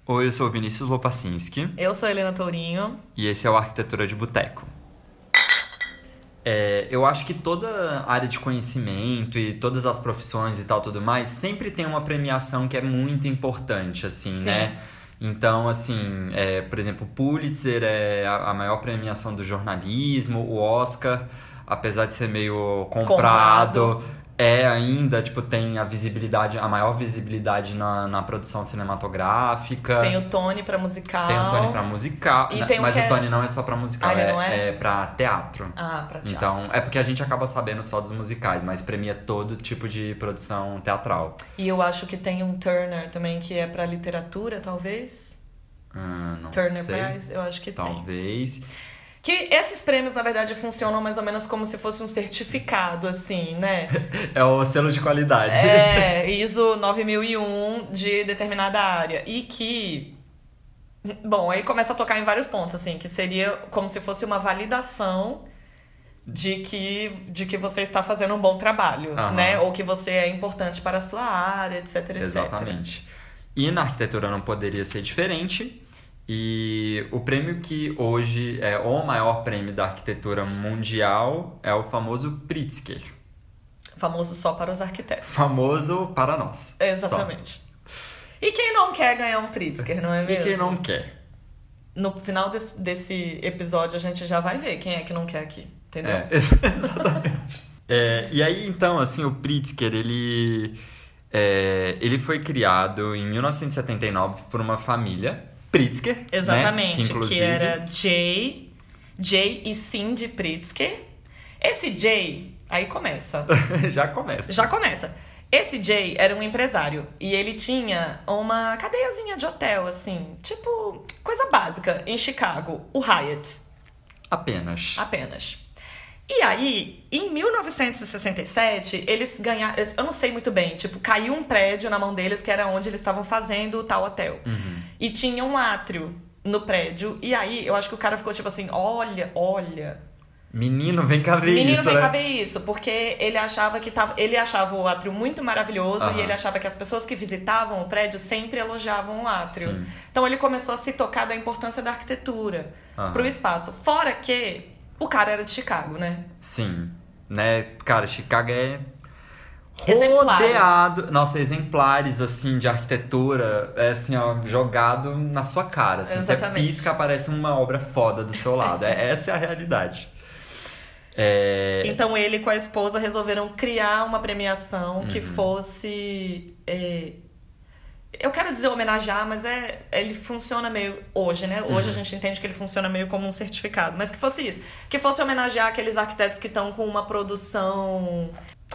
Oi, eu sou o Vinícius Lopacinski Eu sou a Helena Tourinho. e esse é o Arquitetura de Boteco. Eu acho que toda área de conhecimento e todas as profissões e tal tudo mais sempre tem uma premiação que é muito importante, assim, Sim. né? Então, assim, por exemplo, o Pulitzer é a maior premiação do jornalismo, o Oscar, apesar de ser meio comprado, é ainda, tipo, tem a visibilidade, a maior visibilidade na produção cinematográfica. Tem o Tony pra musical. Tem o Tony pra musical, E tem mas o o Tony não é só pra musical, ele não é? é pra teatro. Ah, pra teatro. Então, é porque a gente acaba sabendo só dos musicais, mas premia todo tipo de produção teatral. E eu acho que tem um Turner também, que é pra literatura, talvez. Não Turner sei. Prize, eu acho que tem. Talvez. Que esses prêmios, na verdade, funcionam mais ou menos como se fosse um certificado, assim, né? É o selo de qualidade. ISO 9001 de determinada área. E que... Bom, aí começa a tocar em vários pontos, assim, que seria como se fosse uma validação de que você está fazendo um bom trabalho, Aham. né? Ou que você é importante para a sua área, etc, etc. Exatamente. E na arquitetura não poderia ser diferente. E o prêmio que hoje é o maior prêmio da arquitetura mundial é o famoso Pritzker. Famoso só para os arquitetos. Famoso para nós. Exatamente. E quem não quer ganhar um Pritzker, não é Só. mesmo? E quem não quer? No final desse episódio a gente já vai ver quem é que não quer aqui, entendeu? Exatamente. E aí, então, assim, o Pritzker, ele foi criado em 1979 por uma família, Pritzker, Exatamente, né? Que inclusive... era Jay e Cindy Pritzker. Esse Jay, aí começa. Já começa. Já começa. Esse Jay era um empresário e ele tinha uma cadeiazinha de hotel, assim, tipo, coisa básica, em Chicago, o Hyatt. Apenas. E aí, em 1967, eles ganharam... Eu não sei muito bem, tipo, caiu um prédio na mão deles que era onde eles estavam fazendo o tal hotel. Uhum. E tinha um átrio no prédio. E aí, eu acho que o cara ficou tipo assim, olha... Menino, vem cá ver Menino, isso, vem né? cá ver isso. Porque ele achava ele achava o átrio muito maravilhoso. Aham. E ele achava que as pessoas que visitavam o prédio sempre elogiavam o átrio. Sim. Então ele começou a se tocar da importância da arquitetura Aham. pro espaço. Fora que o cara era de Chicago, né? Sim. Né? Cara, Chicago é... Exemplares. rodeado... Nossa, exemplares, assim, de arquitetura, assim, ó, jogado na sua cara. Assim, você Exatamente. pisca, aparece uma obra foda do seu lado. Essa é a realidade. Então ele com a esposa resolveram criar uma premiação que fosse... eu quero dizer homenagear, mas ele funciona meio... Hoje, né? Hoje a gente entende que ele funciona meio como um certificado. Mas que fosse isso. Que fosse homenagear aqueles arquitetos que estão com uma produção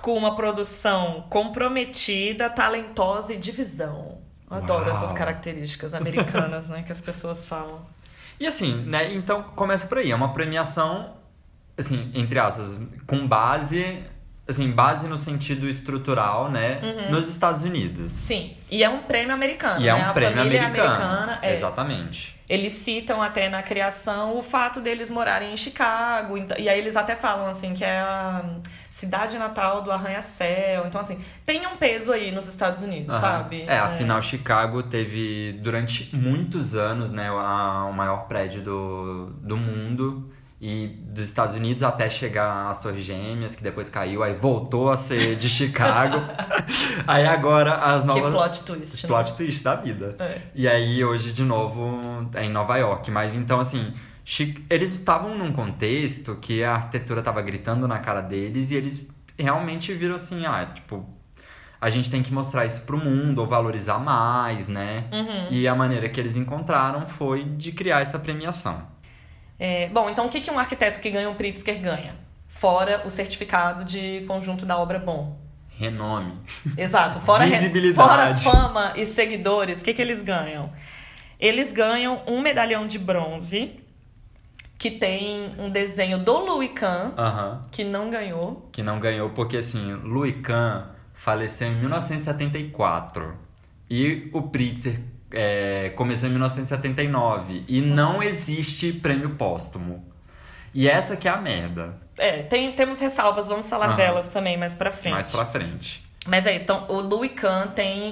comprometida, talentosa e de visão. Eu adoro Uau. essas características americanas, né? Que as pessoas falam. E assim, né? Então começa por aí. É uma premiação, assim, entre aspas, com base no sentido estrutural, né? Nos Estados Unidos. Sim. E é um prêmio americano, E né? é um prêmio A família americano. é. Exatamente. Eles citam até na criação o fato deles morarem em Chicago. E aí eles até falam, assim, que é a cidade natal do arranha-céu. Então, assim, tem um peso aí nos Estados Unidos, Aham. sabe? Afinal, Chicago teve, durante muitos anos, né, o maior prédio do mundo. E dos Estados Unidos até chegar às Torres Gêmeas, que depois caiu, aí voltou a ser de Chicago. Aí agora as novas... Que plot twist, né? Plot twist da vida. É. E aí hoje, de novo, é em Nova York. Mas então, assim, eles estavam num contexto que a arquitetura tava gritando na cara deles e eles realmente viram assim, tipo... A gente tem que mostrar isso pro mundo, ou valorizar mais, né? E a maneira que eles encontraram foi de criar essa premiação. Bom, então o que um arquiteto que ganha um Pritzker ganha? Fora o certificado de conjunto da obra bom. Renome. Exato. Fora Visibilidade. fama e seguidores, o que eles ganham? Eles ganham um medalhão de bronze que tem um desenho do Louis Kahn, que não ganhou. Que não ganhou porque, assim, Louis Kahn faleceu em 1974. E o Pritzker começou em 1979. E não existe prêmio póstumo. E essa que é a merda. Temos ressalvas, vamos falar delas também mais pra frente. Mais pra frente. Mas é isso, então o Louis Kahn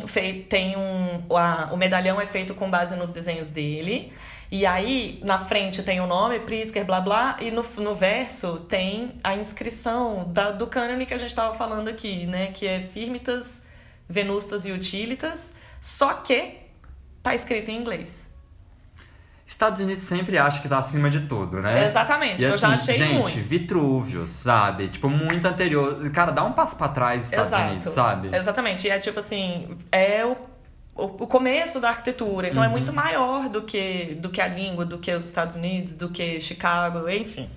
o medalhão é feito com base nos desenhos dele. E aí, na frente tem o nome, Pritzker, blá blá, e no verso tem a inscrição do cânone que a gente estava falando aqui, né? Que é firmitas, venustas e utilitas, só que tá escrito em inglês. Estados Unidos sempre acha que tá acima de tudo, né? Exatamente, e eu assim, já achei gente, muito. Vitrúvio, sabe? Tipo, muito anterior. Cara, dá um passo pra trás, Estados Unidos, sabe? Exatamente, e é tipo assim, é o começo da arquitetura, então é muito maior do que a língua, do que os Estados Unidos, do que Chicago, enfim.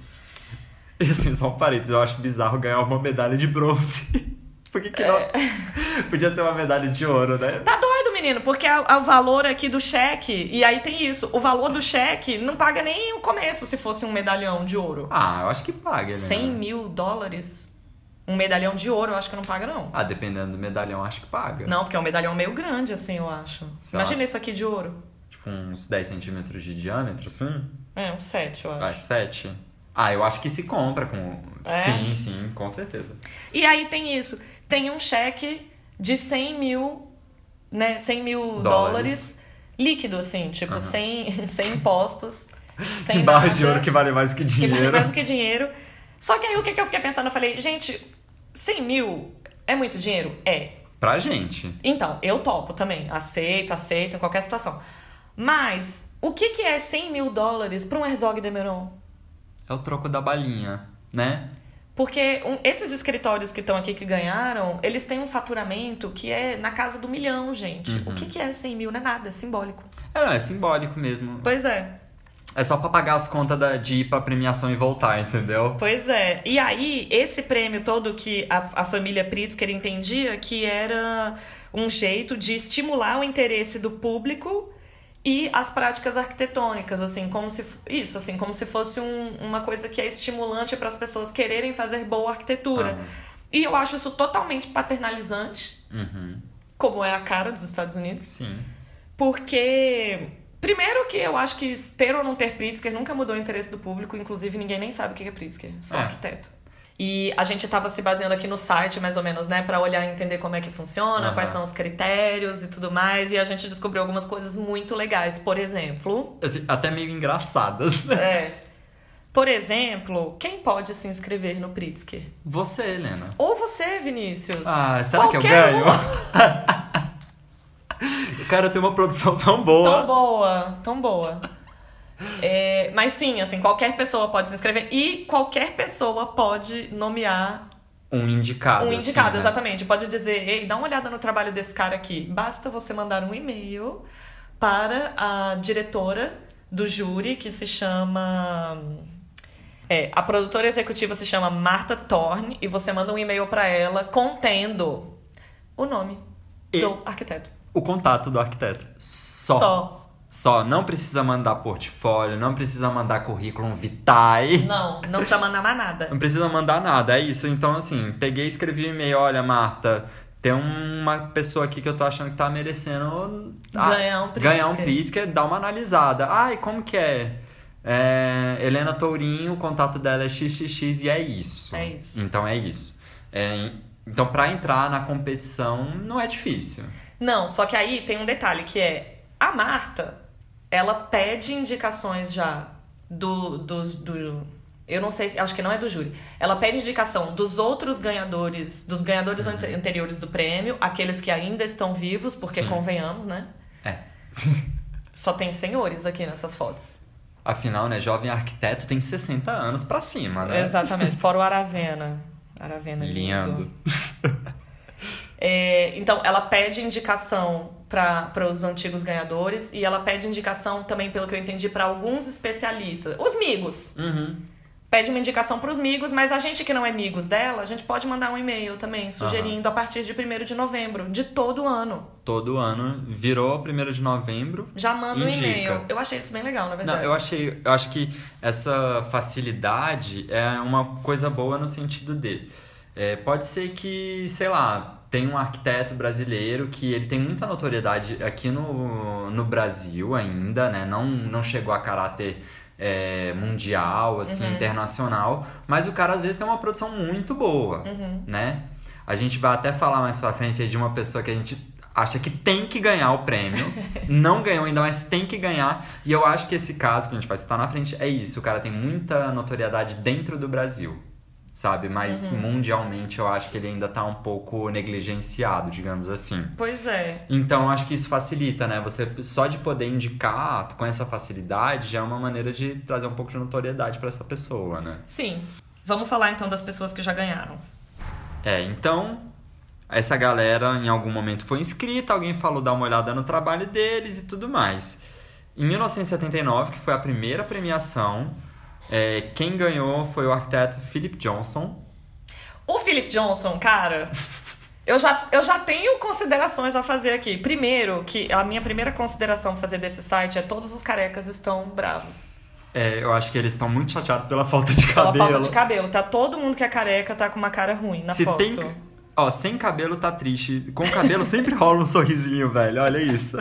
E assim, só um parênteses, eu acho bizarro ganhar uma medalha de bronze. Por que não? Podia ser uma medalha de ouro, né? Tá doido, menino, porque o valor aqui do cheque, e aí tem isso, o valor do cheque não paga nem o começo se fosse um medalhão de ouro. Ah, eu acho que paga, né? $100 mil? Um medalhão de ouro eu acho que não paga, não. Ah, dependendo do medalhão, acho que paga. Não, porque é um medalhão meio grande, assim, eu acho. Imagina isso aqui de ouro. Tipo, uns 10 centímetros de diâmetro, assim? Uns 7, eu acho. 7? Ah, eu acho que se compra com... É? Sim, com certeza. E aí tem isso. Tem um cheque de 100 mil, né? 100 mil dólares líquido, assim, tipo, sem impostos, sem barra nada, de ouro que vale mais do que dinheiro. Que vale mais do que dinheiro. Só que aí o que eu fiquei pensando? Eu falei, gente, 100 mil é muito dinheiro? É. Pra gente. Então, eu topo também. Aceito em qualquer situação. Mas, o que é 100 mil dólares pra um Herzog de Meuron? É o troco da balinha, né? Porque esses escritórios que estão aqui que ganharam, eles têm um faturamento que é na casa do 1 milhão, gente. O que é 100 mil? Não é nada, é simbólico. É simbólico mesmo. Pois é. É só pra pagar as contas de ir pra premiação e voltar, entendeu? Pois é. E aí, esse prêmio todo que a família Pritzker entendia que era um jeito de estimular o interesse do público e as práticas arquitetônicas, assim, como se fosse uma coisa que é estimulante para as pessoas quererem fazer boa arquitetura. E eu acho isso totalmente paternalizante, como é a cara dos Estados Unidos. Sim. Porque, primeiro que eu acho que ter ou não ter Pritzker nunca mudou o interesse do público, inclusive ninguém nem sabe o que é Pritzker, só arquiteto. E a gente estava se baseando aqui no site, mais ou menos, né? Pra olhar e entender como é que funciona, quais são os critérios e tudo mais. E a gente descobriu algumas coisas muito legais. Por exemplo... Assim, até meio engraçadas. Por exemplo, quem pode se inscrever no Pritzker? Você, Helena. Ou você, Vinícius. Ah, será que eu ganho? Cara, tem uma produção tão boa. Tão boa. Mas sim, assim, qualquer pessoa pode se inscrever e qualquer pessoa pode nomear um indicado. Um indicado, assim, exatamente. Pode dizer, ei, dá uma olhada no trabalho desse cara aqui. Basta você mandar um e-mail para a diretora do júri, que se chama... a produtora executiva se chama Martha Thorne, e você manda um e-mail para ela contendo o nome do arquiteto. O contato do arquiteto. Só, não precisa mandar portfólio, não precisa mandar currículo vitae. Não precisa mandar mais nada. Não precisa mandar nada, é isso. Então, assim, peguei e escrevi um e-mail, olha, Marta, tem uma pessoa aqui que eu tô achando que tá merecendo ganhar um Pritzker, dá uma analisada. Ai, como que é? Helena Tourinho, o contato dela é XXX e é isso. É isso. Então, é isso. Então, pra entrar na competição, não é difícil. Não, só que aí tem um detalhe que é... A Marta, ela pede indicações já eu não sei, acho que não é do júri. Ela pede indicação dos outros ganhadores, dos ganhadores anteriores do prêmio, aqueles que ainda estão vivos, porque convenhamos, né? Só tem senhores aqui nessas fotos. Afinal, né, jovem arquiteto tem 60 anos pra cima, né? Exatamente, fora o Aravena. Aravena lindo. Então, ela pede indicação para os antigos ganhadores e ela pede indicação também, pelo que eu entendi, para alguns especialistas. Os migos. Pede uma indicação para os migos, mas a gente que não é migos dela, a gente pode mandar um e-mail também, sugerindo a partir de 1º de novembro, de todo ano. Todo ano. Virou 1º de novembro. Já manda um e-mail. Eu achei isso bem legal, na verdade. Não, eu acho que essa facilidade é uma coisa boa no sentido de... pode ser que, sei lá... Tem um arquiteto brasileiro que ele tem muita notoriedade aqui no Brasil ainda, né? Não chegou a caráter mundial, assim, internacional. Mas o cara, às vezes, tem uma produção muito boa, né? A gente vai até falar mais pra frente aí de uma pessoa que a gente acha que tem que ganhar o prêmio. Não ganhou ainda, mas tem que ganhar. E eu acho que esse caso que a gente vai citar na frente é isso. O cara tem muita notoriedade dentro do Brasil, sabe? Mas mundialmente eu acho que ele ainda tá um pouco negligenciado, digamos assim. Pois é. Então eu acho que isso facilita, né? Você só de poder indicar com essa facilidade já é uma maneira de trazer um pouco de notoriedade pra essa pessoa, né? Sim. Vamos falar então das pessoas que já ganharam. Então, essa galera em algum momento foi inscrita, alguém falou dar uma olhada no trabalho deles e tudo mais. Em 1979, que foi a primeira premiação, quem ganhou foi o arquiteto Philip Johnson. O Philip Johnson, cara, eu já tenho considerações a fazer aqui. Primeiro, que a minha primeira consideração a fazer desse site é todos os carecas estão bravos. Eu acho que eles estão muito chateados pela falta de cabelo. Pela falta de cabelo. Tá todo mundo que é careca tá com uma cara ruim na foto. Sem cabelo tá triste. Com cabelo sempre rola um sorrisinho, velho. Olha isso.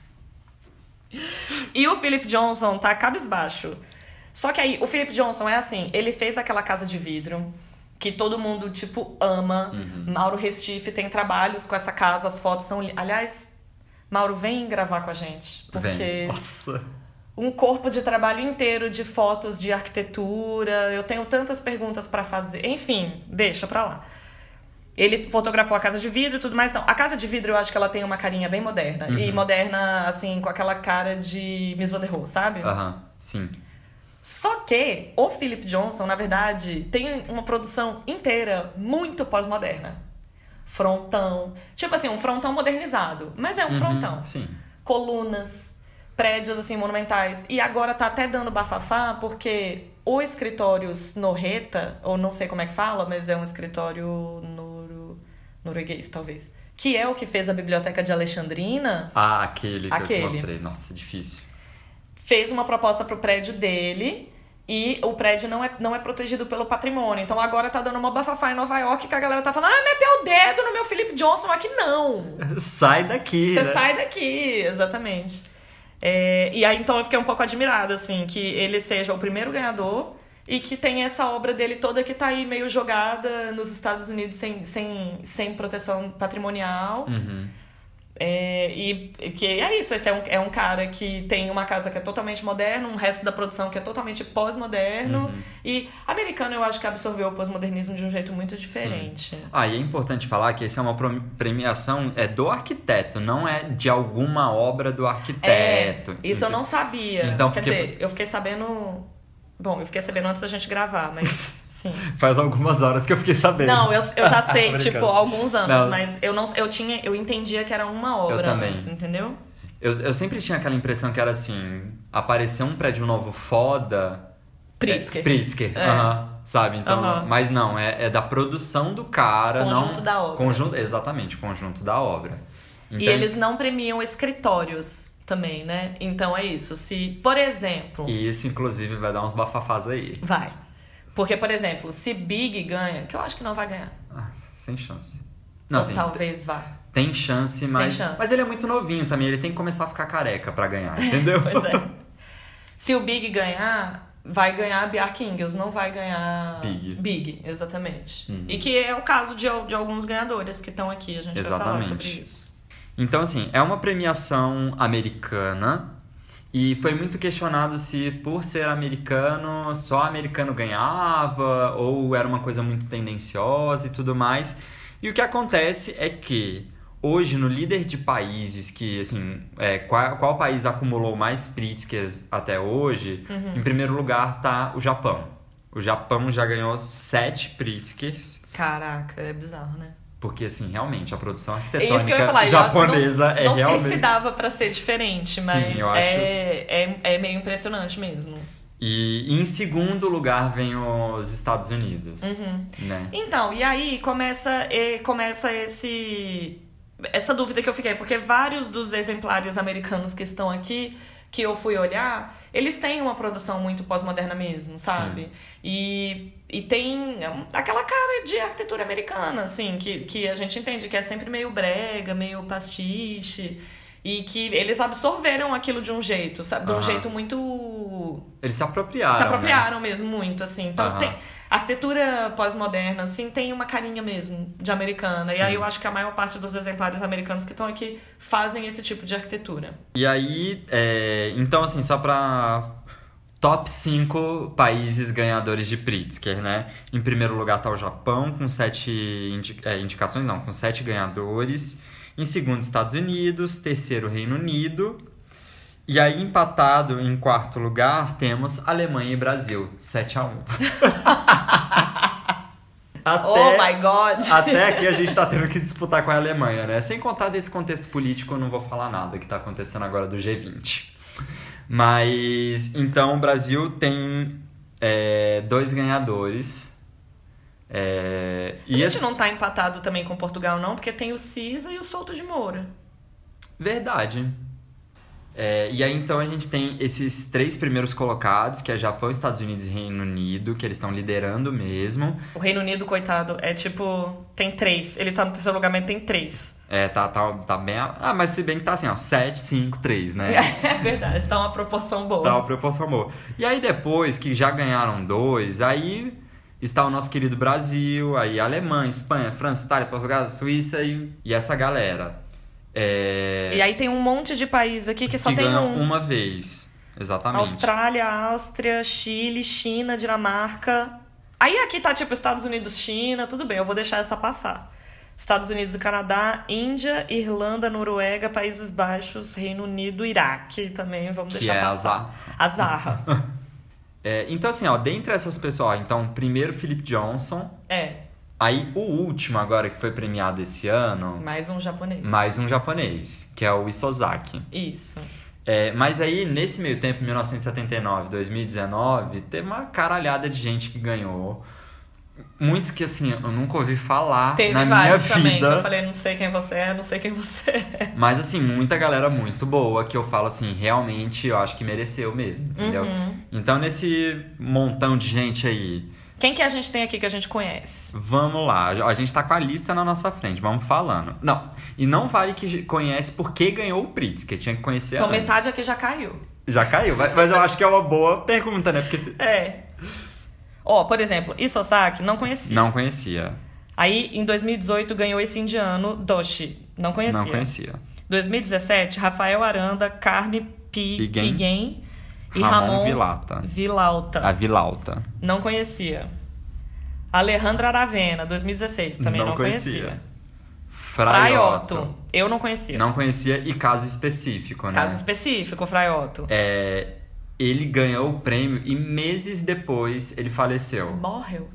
E o Philip Johnson tá cabisbaixo. Só que aí, o Philip Johnson é assim, ele fez aquela casa de vidro que todo mundo, tipo, ama. Mauro Restife tem trabalhos com essa casa, as fotos são... Aliás, Mauro, vem gravar com a gente. Porque... Nossa... Um corpo de trabalho inteiro de fotos de arquitetura. Eu tenho tantas perguntas pra fazer. Enfim, deixa pra lá. Ele fotografou a casa de vidro e tudo mais. Não, a casa de vidro eu acho que ela tem uma carinha bem moderna. E moderna, assim, com aquela cara de Miss Van der Rohe, sabe? Sim. Só que o Philip Johnson, na verdade, tem uma produção inteira muito pós-moderna. Frontão. Tipo assim, um frontão modernizado. Mas é um frontão. Sim. Colunas... prédios, assim, monumentais. E agora tá até dando bafafá, porque o escritório Snorreta, ou não sei como é que fala, mas é um escritório norueguês, talvez. Que é o que fez a Biblioteca de Alexandrina. Aquele que eu mostrei. Nossa, difícil. Fez uma proposta pro prédio dele e o prédio não é protegido pelo patrimônio. Então agora tá dando uma bafafá em Nova York que a galera tá falando: meteu o dedo no meu Philip Johnson. Aqui não. Sai daqui, Você sai daqui, exatamente. E aí, então, eu fiquei um pouco admirada, assim, que ele seja o primeiro ganhador e que tem essa obra dele toda que tá aí meio jogada nos Estados Unidos sem proteção patrimonial. E que é isso, esse é um cara que tem uma casa que é totalmente moderna, um resto da produção que é totalmente pós-moderno. E americano eu acho que absorveu o pós-modernismo de um jeito muito diferente. Sim. E é importante falar que essa é uma premiação do arquiteto, não é de alguma obra do arquiteto. Isso eu não sabia. Então, Quer dizer, eu fiquei sabendo... Bom, eu fiquei sabendo antes da gente gravar, mas sim. Faz algumas horas que eu fiquei sabendo. Não, eu já sei, tipo, há alguns anos, mas eu entendia que era uma obra eu também. antes, entendeu? Eu sempre tinha aquela impressão que era assim, apareceu um prédio novo foda... Pritzker. Sabe? Então, mas não, é da produção do cara. Conjunto da obra. Exatamente, conjunto da obra. Então, e eles não premiam escritórios também, né? Então é isso. Se, por exemplo... E isso, inclusive, vai dar uns bafafás aí. Vai. Porque, por exemplo, se Big ganha, que eu acho que não vai ganhar. Sem chance. Não, assim, talvez vá. Tem chance, mas ele é muito novinho também. Ele tem que começar a ficar careca pra ganhar, entendeu? Pois é. Se o Big ganhar... Vai ganhar a Bjarke Ingels, não vai ganhar Big, exatamente. E que é o caso de alguns ganhadores que estão aqui, a gente vai falar sobre isso. Então, assim, é uma premiação americana e foi muito questionado se, por ser americano, só americano ganhava ou era uma coisa muito tendenciosa e tudo mais. E o que acontece é que hoje, no líder de países que, assim, qual país acumulou mais Pritzkers até hoje, em primeiro lugar tá o Japão. O Japão já ganhou 7 Pritzkers. Caraca, é bizarro, né? Porque, assim, realmente, a produção arquitetônica isso que eu ia falar, japonesa não realmente... Não sei se dava pra ser diferente, mas sim, eu acho... é meio impressionante mesmo. E em segundo lugar vem os Estados Unidos, né? Então, e aí começa essa dúvida que eu fiquei, porque vários dos exemplares americanos que estão aqui, que eu fui olhar, eles têm uma produção muito pós-moderna mesmo, sabe? E tem aquela cara de arquitetura americana, assim, que a gente entende que é sempre meio brega, meio pastiche, e que eles absorveram aquilo de um jeito, sabe? De um jeito muito Eles se apropriaram, Se apropriaram né? mesmo muito, assim. Então, a arquitetura pós-moderna, assim, tem uma carinha mesmo de americana. Sim. E aí eu acho que a maior parte dos exemplares americanos que estão aqui fazem esse tipo de arquitetura. E aí, então assim, só pra... Top 5 países ganhadores de Pritzker, né? Em primeiro lugar tá o Japão, com 7 indicações, não, com 7 ganhadores. Em segundo, Estados Unidos. Terceiro, Reino Unido. E aí, empatado em quarto lugar, temos Alemanha e Brasil, 7-1. Oh my God! Até aqui a gente tá tendo que disputar com a Alemanha, né? Sem contar desse contexto político, eu não vou falar nada que tá acontecendo agora do G20. Mas, então, o Brasil tem 2 ganhadores. A gente não tá empatado também com Portugal, não, porque tem o Cisa e o Souto de Moura. Verdade. E aí, então, a gente tem esses 3 primeiros colocados, que é Japão, Estados Unidos e Reino Unido, que eles estão liderando mesmo. O Reino Unido, coitado, tem 3. Ele tá no terceiro lugar, mas tem 3. Tá bem... mas se bem que tá assim, ó, 7, 5, 3, né? É verdade, tá uma proporção boa. Tá uma proporção boa. E aí, depois que já ganharam 2, aí está o nosso querido Brasil, aí Alemanha, Espanha, França, Itália, Portugal, Suíça e essa galera. E aí tem um monte de país aqui que só tem ganham um. uma vez. Exatamente. Austrália, Áustria, Chile, China, Dinamarca. Aí aqui tá tipo Estados Unidos, China, tudo bem, eu vou deixar essa passar. Estados Unidos e Canadá, Índia, Irlanda, Noruega, Países Baixos, Reino Unido, Iraque também, vamos deixar passar. A Zarra. Então assim, ó, dentre essas pessoas, então primeiro Philip Johnson. Aí o último agora que foi premiado esse ano... Mais um japonês. Que é o Isozaki. Isso. Mas aí, nesse meio tempo, 1979, 2019, teve uma caralhada de gente que ganhou. Muitos que, assim, eu nunca ouvi falar na minha vida. Também, que eu falei, não sei quem você é. Mas, assim, muita galera muito boa que eu falo, assim, realmente eu acho que mereceu mesmo, entendeu? Então, nesse montão de gente aí... Quem que a gente tem aqui que a gente conhece? Vamos lá, a gente tá com a lista na nossa frente, vamos falando. Não, e não vale que conhece porque ganhou o Pritzker, tinha que conhecer então, antes. Metade aqui já caiu. Já caiu, mas eu acho que é uma boa pergunta, né? Porque por exemplo, Isozaki, não conhecia. Não conhecia. Aí, em 2018, ganhou esse indiano, Doshi. Não conhecia. Não conhecia. 2017, Rafael Aranda, Carme Piguem e Ramon Vilauta. A Vilauta. Não conhecia. Alejandra Aravena, 2016, também não conhecia. Fraiotto. Eu não conhecia. Não conhecia e caso específico, né? Caso específico, Fraiotto. Ele ganhou o prêmio e meses depois ele faleceu. Morreu.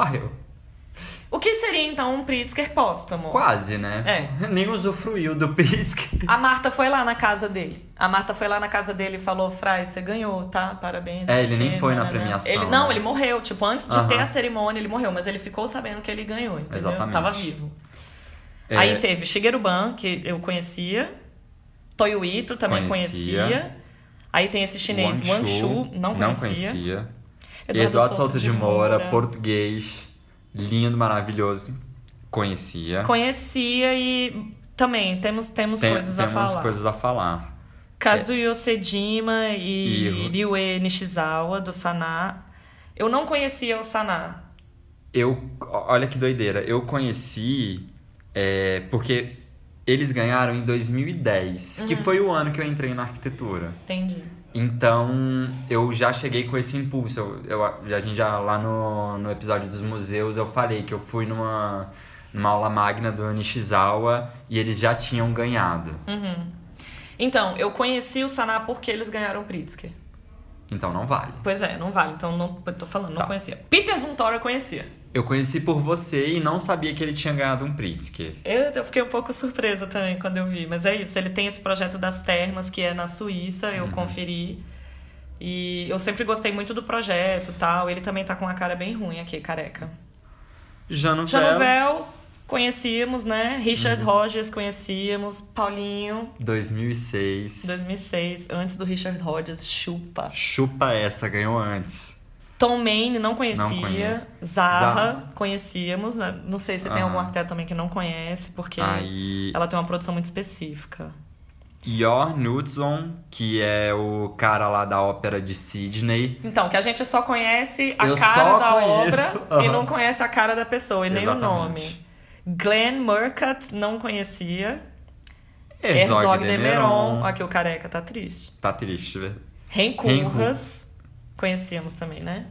O que seria, então, um Pritzker póstumo? Quase, né? Nem usufruiu do Pritzker. A Marta foi lá na casa dele. E falou, Frai, você ganhou, tá? Parabéns. Ele nem foi na premiação. Ele morreu. Tipo, antes de ter a cerimônia, ele morreu. Mas ele ficou sabendo que ele ganhou, entendeu? Exatamente. Tava vivo. Aí teve Shigeru Ban, que eu conhecia. Toyo Ito, também conhecia. Aí tem esse chinês, Wang Shu, não conhecia. Eduardo Souto de Moura, português... Lindo, maravilhoso. Conhecia e também temos coisas a falar. Temos coisas a falar. Kazuyo Sejima e Ryue Nishizawa, do Sanaa. Eu não conhecia o Sanaa. Olha que doideira. Eu conheci porque eles ganharam em 2010, que foi o ano que eu entrei na arquitetura. Entendi. Então, eu já cheguei com esse impulso. A gente já lá no episódio dos museus, eu falei que eu fui numa aula magna do Nishizawa e eles já tinham ganhado. Então, eu conheci o Sanaa porque eles ganharam o Pritzker. Então não vale. Pois não vale. Então, tô falando, não conhecia. Peter Zumthor eu conhecia. Eu conheci por você e não sabia que ele tinha ganhado um Pritzker. Eu fiquei um pouco surpresa também quando eu vi. Mas é isso, ele tem esse projeto das termas, que é na Suíça, eu conferi. E eu sempre gostei muito do projeto e tal. Ele também tá com uma cara bem ruim aqui, careca. Janovel, conhecíamos, né? Richard Rogers, conhecíamos. Paulinho. 2006, antes do Richard Rogers, chupa. Chupa essa, ganhou antes. Tom Mayne, não conhecia. Zaha, conhecíamos. Não sei se tem algum arquiteto também que não conhece, porque ela tem uma produção muito específica. Yor Knudson, que é o cara lá da ópera de Sydney. Então, que a gente só conhece a Eu cara só da conheço, obra e não conhece a cara da pessoa, e nem o Exatamente. nome. Glenn Murcutt, não conhecia. Herzog de Meuron. Aqui o careca tá triste. Tá triste, velho. Renkurras, conhecíamos também, né?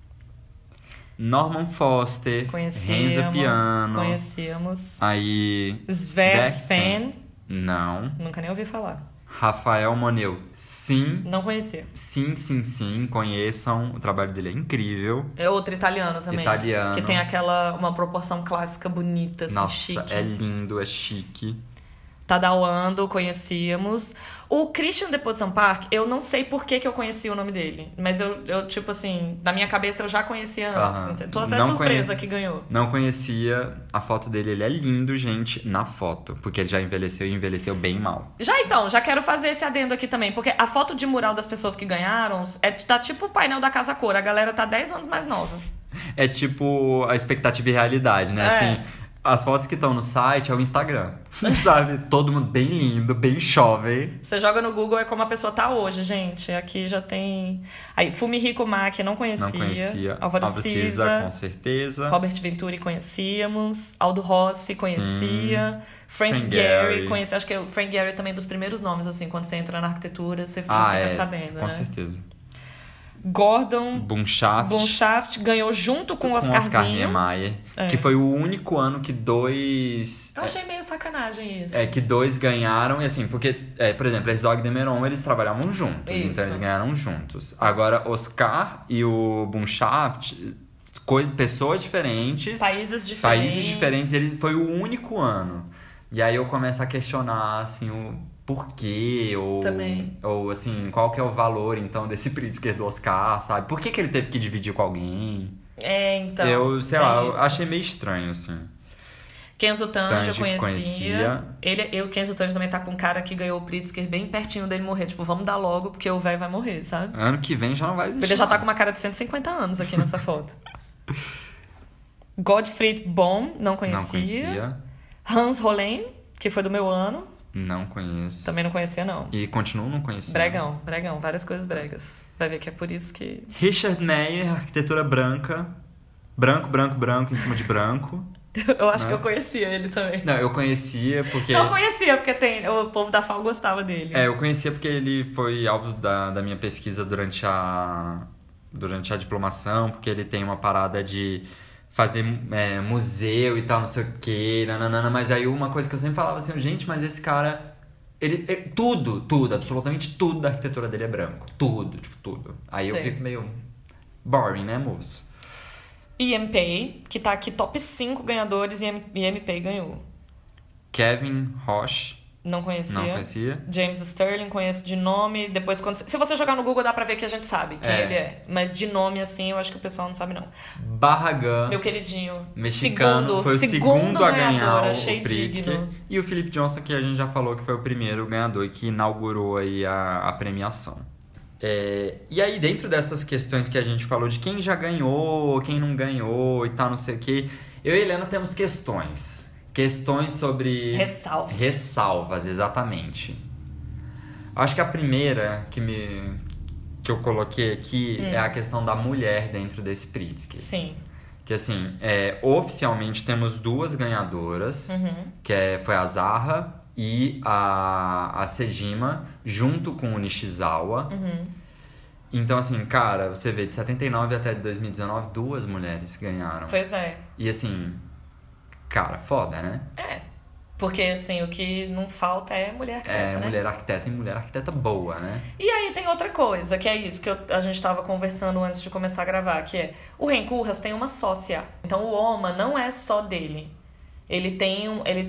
Norman Foster, Renzo Piano. Conhecíamos. Aí... Sver Fenn, Não. nunca nem ouvi falar. Rafael Moneu, sim. Não conhecia. Sim. Conheçam. O trabalho dele é incrível. É outro italiano também. Italiano. Que tem uma proporção clássica bonita, assim, Nossa, chique. é lindo, é chique. Tadao Ando, conhecíamos. O Christian de Ponsonpark, eu não sei por que eu conheci o nome dele. Mas eu tipo assim, na minha cabeça eu já conhecia antes. Aham. Tô até Não surpresa que ganhou. Não conhecia a foto dele. Ele é lindo, gente, na foto. Porque ele já envelheceu e envelheceu bem mal. Já quero fazer esse adendo aqui também. Porque a foto de mural das pessoas que ganharam tá tipo o painel da Casa Cor. A galera tá 10 anos mais nova. É tipo a expectativa e realidade, né? É. Assim, as fotos que estão no site é o Instagram. Sabe? Todo mundo bem lindo, bem jovem. Você joga no Google, é como a pessoa tá hoje, gente. Aqui já tem... Aí, Fumihiko Maki, não conhecia. Não conhecia. Álvaro Siza, com certeza. Robert Venturi, conhecíamos. Aldo Rossi, conhecia. Frank Frank Gehry, Gehry. conhecia. Acho que o Frank Gehry também é dos primeiros nomes, assim. Quando você entra na arquitetura, você fica sabendo, com né? certeza. Gordon Bunshaft ganhou junto com o com Oscar Oscarzinho. Niemeyer, É. que foi o único ano que dois... Eu achei meio sacanagem isso. Que dois ganharam, e assim, porque, por exemplo, Herzog de Meuron, eles trabalhavam juntos, Isso. então eles ganharam juntos. Agora, Oscar e o Bunshaft, pessoas diferentes, Países diferentes. ele foi o único ano. E aí eu começo a questionar, assim, o porquê, Também. ou assim, qual que é o valor, então, desse Pritzker do Oscar, sabe? Por que ele teve que dividir com alguém? Então. Eu, sei lá, eu isso. achei meio estranho, assim. Kenzo Tange eu Tange, conhecia. O Kenzo Tange também tá com um cara que ganhou o Pritzker bem pertinho dele morrer. Tipo, vamos dar logo, porque o velho vai morrer, sabe? Ano que vem já não vai existir. Ele já tá mais. com uma cara de 150 anos aqui nessa foto. Gottfried Bohm, não conhecia. Não conhecia. Hans Hollein, que foi do meu ano. Não conheço. Também não conhecia, não. E continuo não conhecendo. Bregão, várias coisas bregas. Vai ver que é por isso que... Richard Meyer, arquitetura branca. Branco, em cima de branco. Eu acho Né? que eu conhecia ele também. Não, eu conhecia porque... Não conhecia, porque o povo da FAO gostava dele. Eu conhecia porque ele foi alvo da minha pesquisa durante a diplomação, porque ele tem uma parada de fazer museu e tal, não sei o quê, nananana, mas aí uma coisa que eu sempre falava assim, gente, mas esse cara, tudo, absolutamente tudo da arquitetura dele é branco, tudo. Aí eu Sei. fico meio boring, né, moço? Ian Pei, que tá aqui top 5 ganhadores, e Ian Pei ganhou. Kevin Roche, Não conhecia. não conhecia. James Sterling, conheço de nome. Depois, se você jogar no Google, dá pra ver que a gente sabe quem ele é. Mas de nome, assim, eu acho que o pessoal não sabe, não. Barragan, Meu queridinho. mexicano, foi o segundo a ganhar achei o Pritzker. digno. E o Philip Johnson, que a gente já falou que foi o primeiro ganhador e que inaugurou aí a premiação. E aí, dentro dessas questões que a gente falou de quem já ganhou, quem não ganhou e tal, não sei o quê, eu e a Helena temos questões. Questões sobre... Ressalvas. Ressalvas, exatamente. Acho que a primeira que eu coloquei aqui é a questão da mulher dentro desse Pritzker. Sim. Que assim, oficialmente temos duas ganhadoras, que foi a Zaha e a Sejima, junto com o Nishizawa. Então assim, cara, você vê, de 79 até 2019, duas mulheres ganharam. Pois é. E assim, cara, foda, né? Porque, assim, o que não falta é mulher arquiteta, né? Mulher arquiteta e mulher arquiteta boa, né? E aí tem outra coisa, que é isso que a gente estava conversando antes de começar a gravar, que é o Renkurras tem uma sócia. Então o OMA não é só dele. Ele tem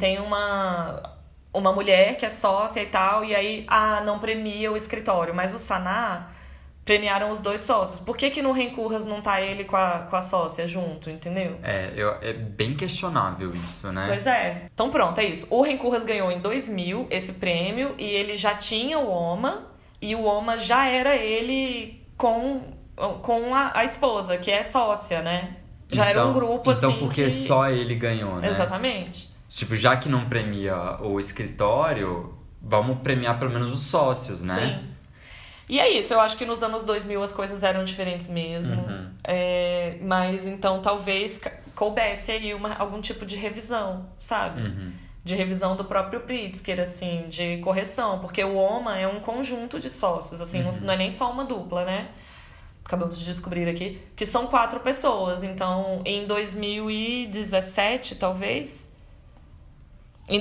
uma mulher que é sócia e tal, e aí, não premia o escritório. Mas o Saná premiaram os dois sócios. Por que no Renkurras não tá ele com a sócia junto, entendeu? É bem questionável isso, né? Pois é. Então pronto, é isso. O Renkurras ganhou em 2000 esse prêmio e ele já tinha o OMA e o OMA já era ele com a esposa, que é sócia, né? Já era um grupo assim. Então porque só ele ganhou, né? Exatamente. Tipo, já que não premia o escritório, vamos premiar pelo menos os sócios, né? Sim. E é isso, eu acho que nos anos 2000 as coisas eram diferentes mesmo. Mas então talvez coubesse aí algum tipo de revisão, sabe? De revisão do próprio Pritzker, assim, de correção. Porque o OMA é um conjunto de sócios, assim, não é nem só uma dupla, né? Acabamos de descobrir aqui, que são 4 pessoas. Então, em 2017, talvez... Em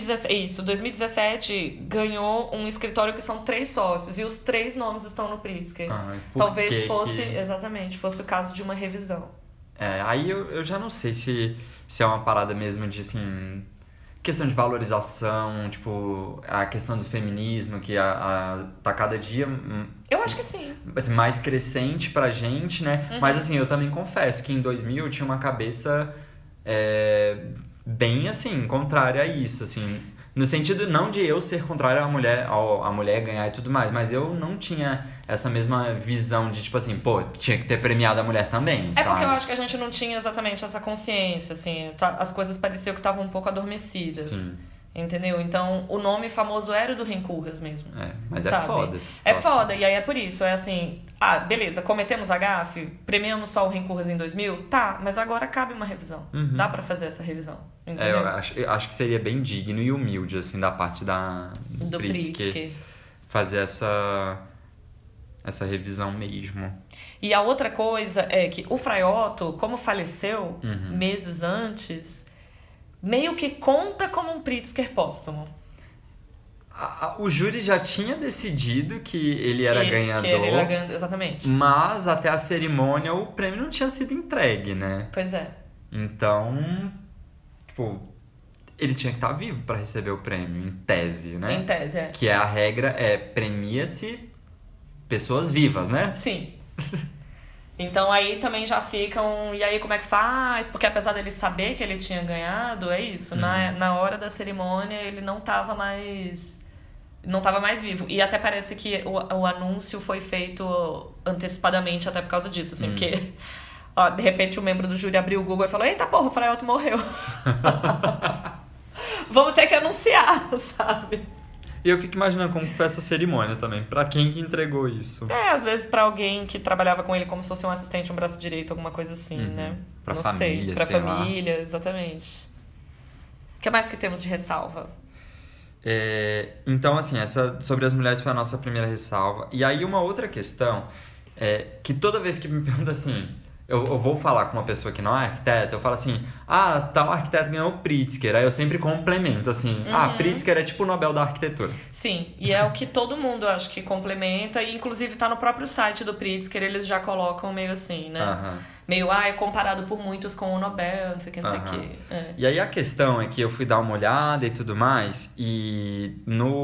2017 ganhou um escritório que são 3 sócios e os 3 nomes estão no Pritzker. Talvez fosse, exatamente, fosse o caso de uma revisão. Aí eu já não sei se é uma parada mesmo de, assim, questão de valorização, tipo, a questão do feminismo, que tá cada dia... Eu acho que sim. Mais crescente pra gente, né? Mas, assim, eu também confesso que em 2000 eu tinha uma cabeça... bem, assim, contrária a isso, assim, no sentido não de eu ser contrário à mulher ganhar e tudo mais, mas eu não tinha essa mesma visão de, tipo assim, pô, tinha que ter premiado a mulher também, sabe? Porque eu acho que a gente não tinha exatamente essa consciência, assim, as coisas pareciam que estavam um pouco adormecidas. Sim. Entendeu? Então, o nome famoso era o do Rencurras mesmo. Mas sabe? É foda. É foda, e aí é por isso, é assim... beleza, cometemos a gafe, premiamos só o Rencurras em 2000? Tá, mas agora cabe uma revisão. Dá pra fazer essa revisão, entendeu? Eu acho que seria bem digno e humilde, assim, da parte do Pritzker fazer essa revisão mesmo. E a outra coisa é que o Frei Otto, como faleceu meses antes... meio que conta como um Pritzker póstumo. O júri já tinha decidido que ele era ganhador. Que ele era ganhador, exatamente. Mas até a cerimônia o prêmio não tinha sido entregue, né? Pois é. Então, tipo, ele tinha que estar vivo para receber o prêmio, em tese, né? Em tese, é. Que a regra premia-se pessoas vivas, né? Sim. Então aí também já ficam... E aí como é que faz? Porque apesar dele saber que ele tinha ganhado, é isso. Na hora da cerimônia ele não tava mais vivo. E até parece que o anúncio foi feito antecipadamente até por causa disso, assim. Porque, de repente, um membro do júri abriu o Google e falou: eita porra, o Frei Otto morreu. Vamos ter que anunciar, sabe? E eu fico imaginando como foi essa cerimônia também. Pra quem que entregou isso? Às vezes pra alguém que trabalhava com ele como se fosse um assistente, um braço direito, alguma coisa assim, né? Pra não família, sei. Pra sei família, lá. Exatamente. O que mais que temos de ressalva? Então, assim, essa sobre as mulheres foi a nossa primeira ressalva. E aí uma outra questão é que toda vez que me pergunta assim... Eu vou falar com uma pessoa que não é arquiteta, eu falo assim, tal arquiteto ganhou o Pritzker. Aí eu sempre complemento, assim, Pritzker é tipo o Nobel da Arquitetura. Sim, e é o que todo mundo, acho que complementa, e inclusive tá no próprio site do Pritzker, eles já colocam meio assim, né? Meio, é comparado por muitos com o Nobel, não sei o que, não sei o que. E aí a questão é que eu fui dar uma olhada e tudo mais, e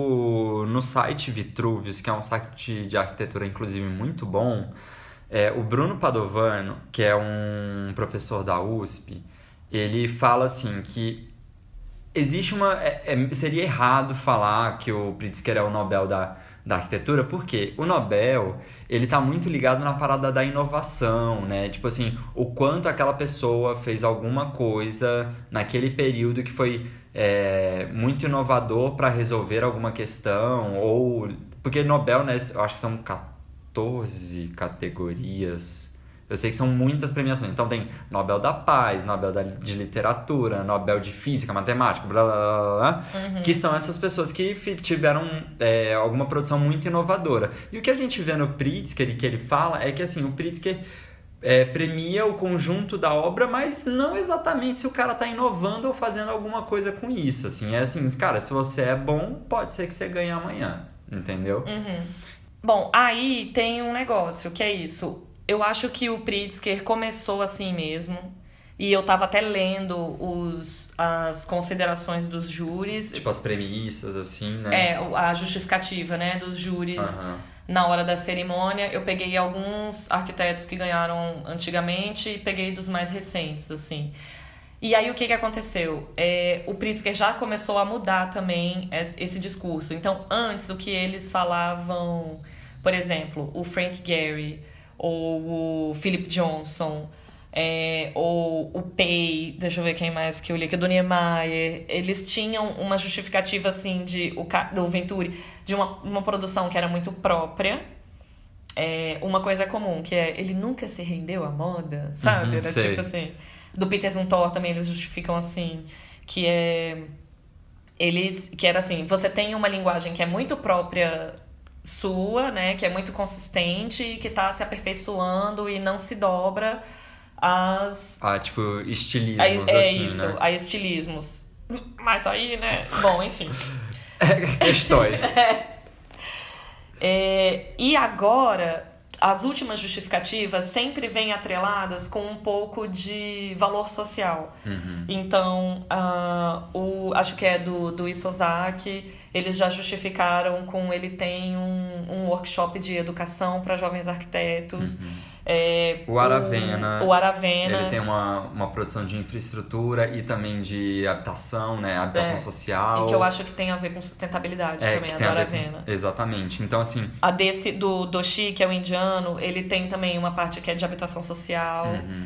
no site Vitruvius, que é um site de arquitetura, inclusive, muito bom... o Bruno Padovano, que é um professor da USP, ele fala assim que existe seria errado falar que o Pritzker é o Nobel da arquitetura, porque o Nobel, ele tá muito ligado na parada da inovação, né? Tipo assim, o quanto aquela pessoa fez alguma coisa naquele período que foi muito inovador para resolver alguma questão, ou... Porque Nobel, né, eu acho que são 14 categorias. Eu sei que são muitas premiações. Então tem Nobel da Paz, Nobel de Literatura, Nobel de Física, Matemática, blá blá blá, blá que são essas pessoas que tiveram alguma produção muito inovadora. E o que a gente vê no Pritzker, que ele fala, é que assim, o Pritzker premia o conjunto da obra, mas não exatamente se o cara tá inovando ou fazendo alguma coisa com isso. Assim, assim, cara, se você é bom, pode ser que você ganhe amanhã, entendeu? Bom, aí tem um negócio, que é isso. Eu acho que o Pritzker começou assim mesmo. E eu tava até lendo as considerações dos júris. Tipo, as premissas, assim, né? A justificativa, né, dos júris na hora da cerimônia. Eu peguei alguns arquitetos que ganharam antigamente e peguei dos mais recentes, assim. E aí, o que aconteceu? O Pritzker já começou a mudar também esse discurso. Então, antes, o que eles falavam... Por exemplo, o Frank Gehry ou o Philip Johnson... ou o Pei, deixa eu ver quem mais que eu li aqui, do Niemeyer, eles tinham uma justificativa, assim, do Venturi, de uma produção que era muito própria. Uma coisa comum, que ele nunca se rendeu à moda, sabe? Era sei. tipo assim... Do Peter Zumthor também eles justificam assim, que era assim, você tem uma linguagem que é muito própria sua, né? Que é muito consistente e que tá se aperfeiçoando e não se dobra tipo, estilismos, assim, isso, né? a estilismos. Mas aí, né? Bom, enfim. Questões. E agora, as últimas justificativas sempre vêm atreladas com um pouco de valor social. Então, acho que é do Isozaki, eles já justificaram com ele tem um workshop de educação para jovens arquitetos. O Aravena, ele tem uma produção de infraestrutura e também de habitação, né? Habitação social. E que eu acho que tem a ver com sustentabilidade também, a do Aravena. Exatamente. Então, assim... A desse, do Doshi, que é o indiano, ele tem também uma parte que é de habitação social.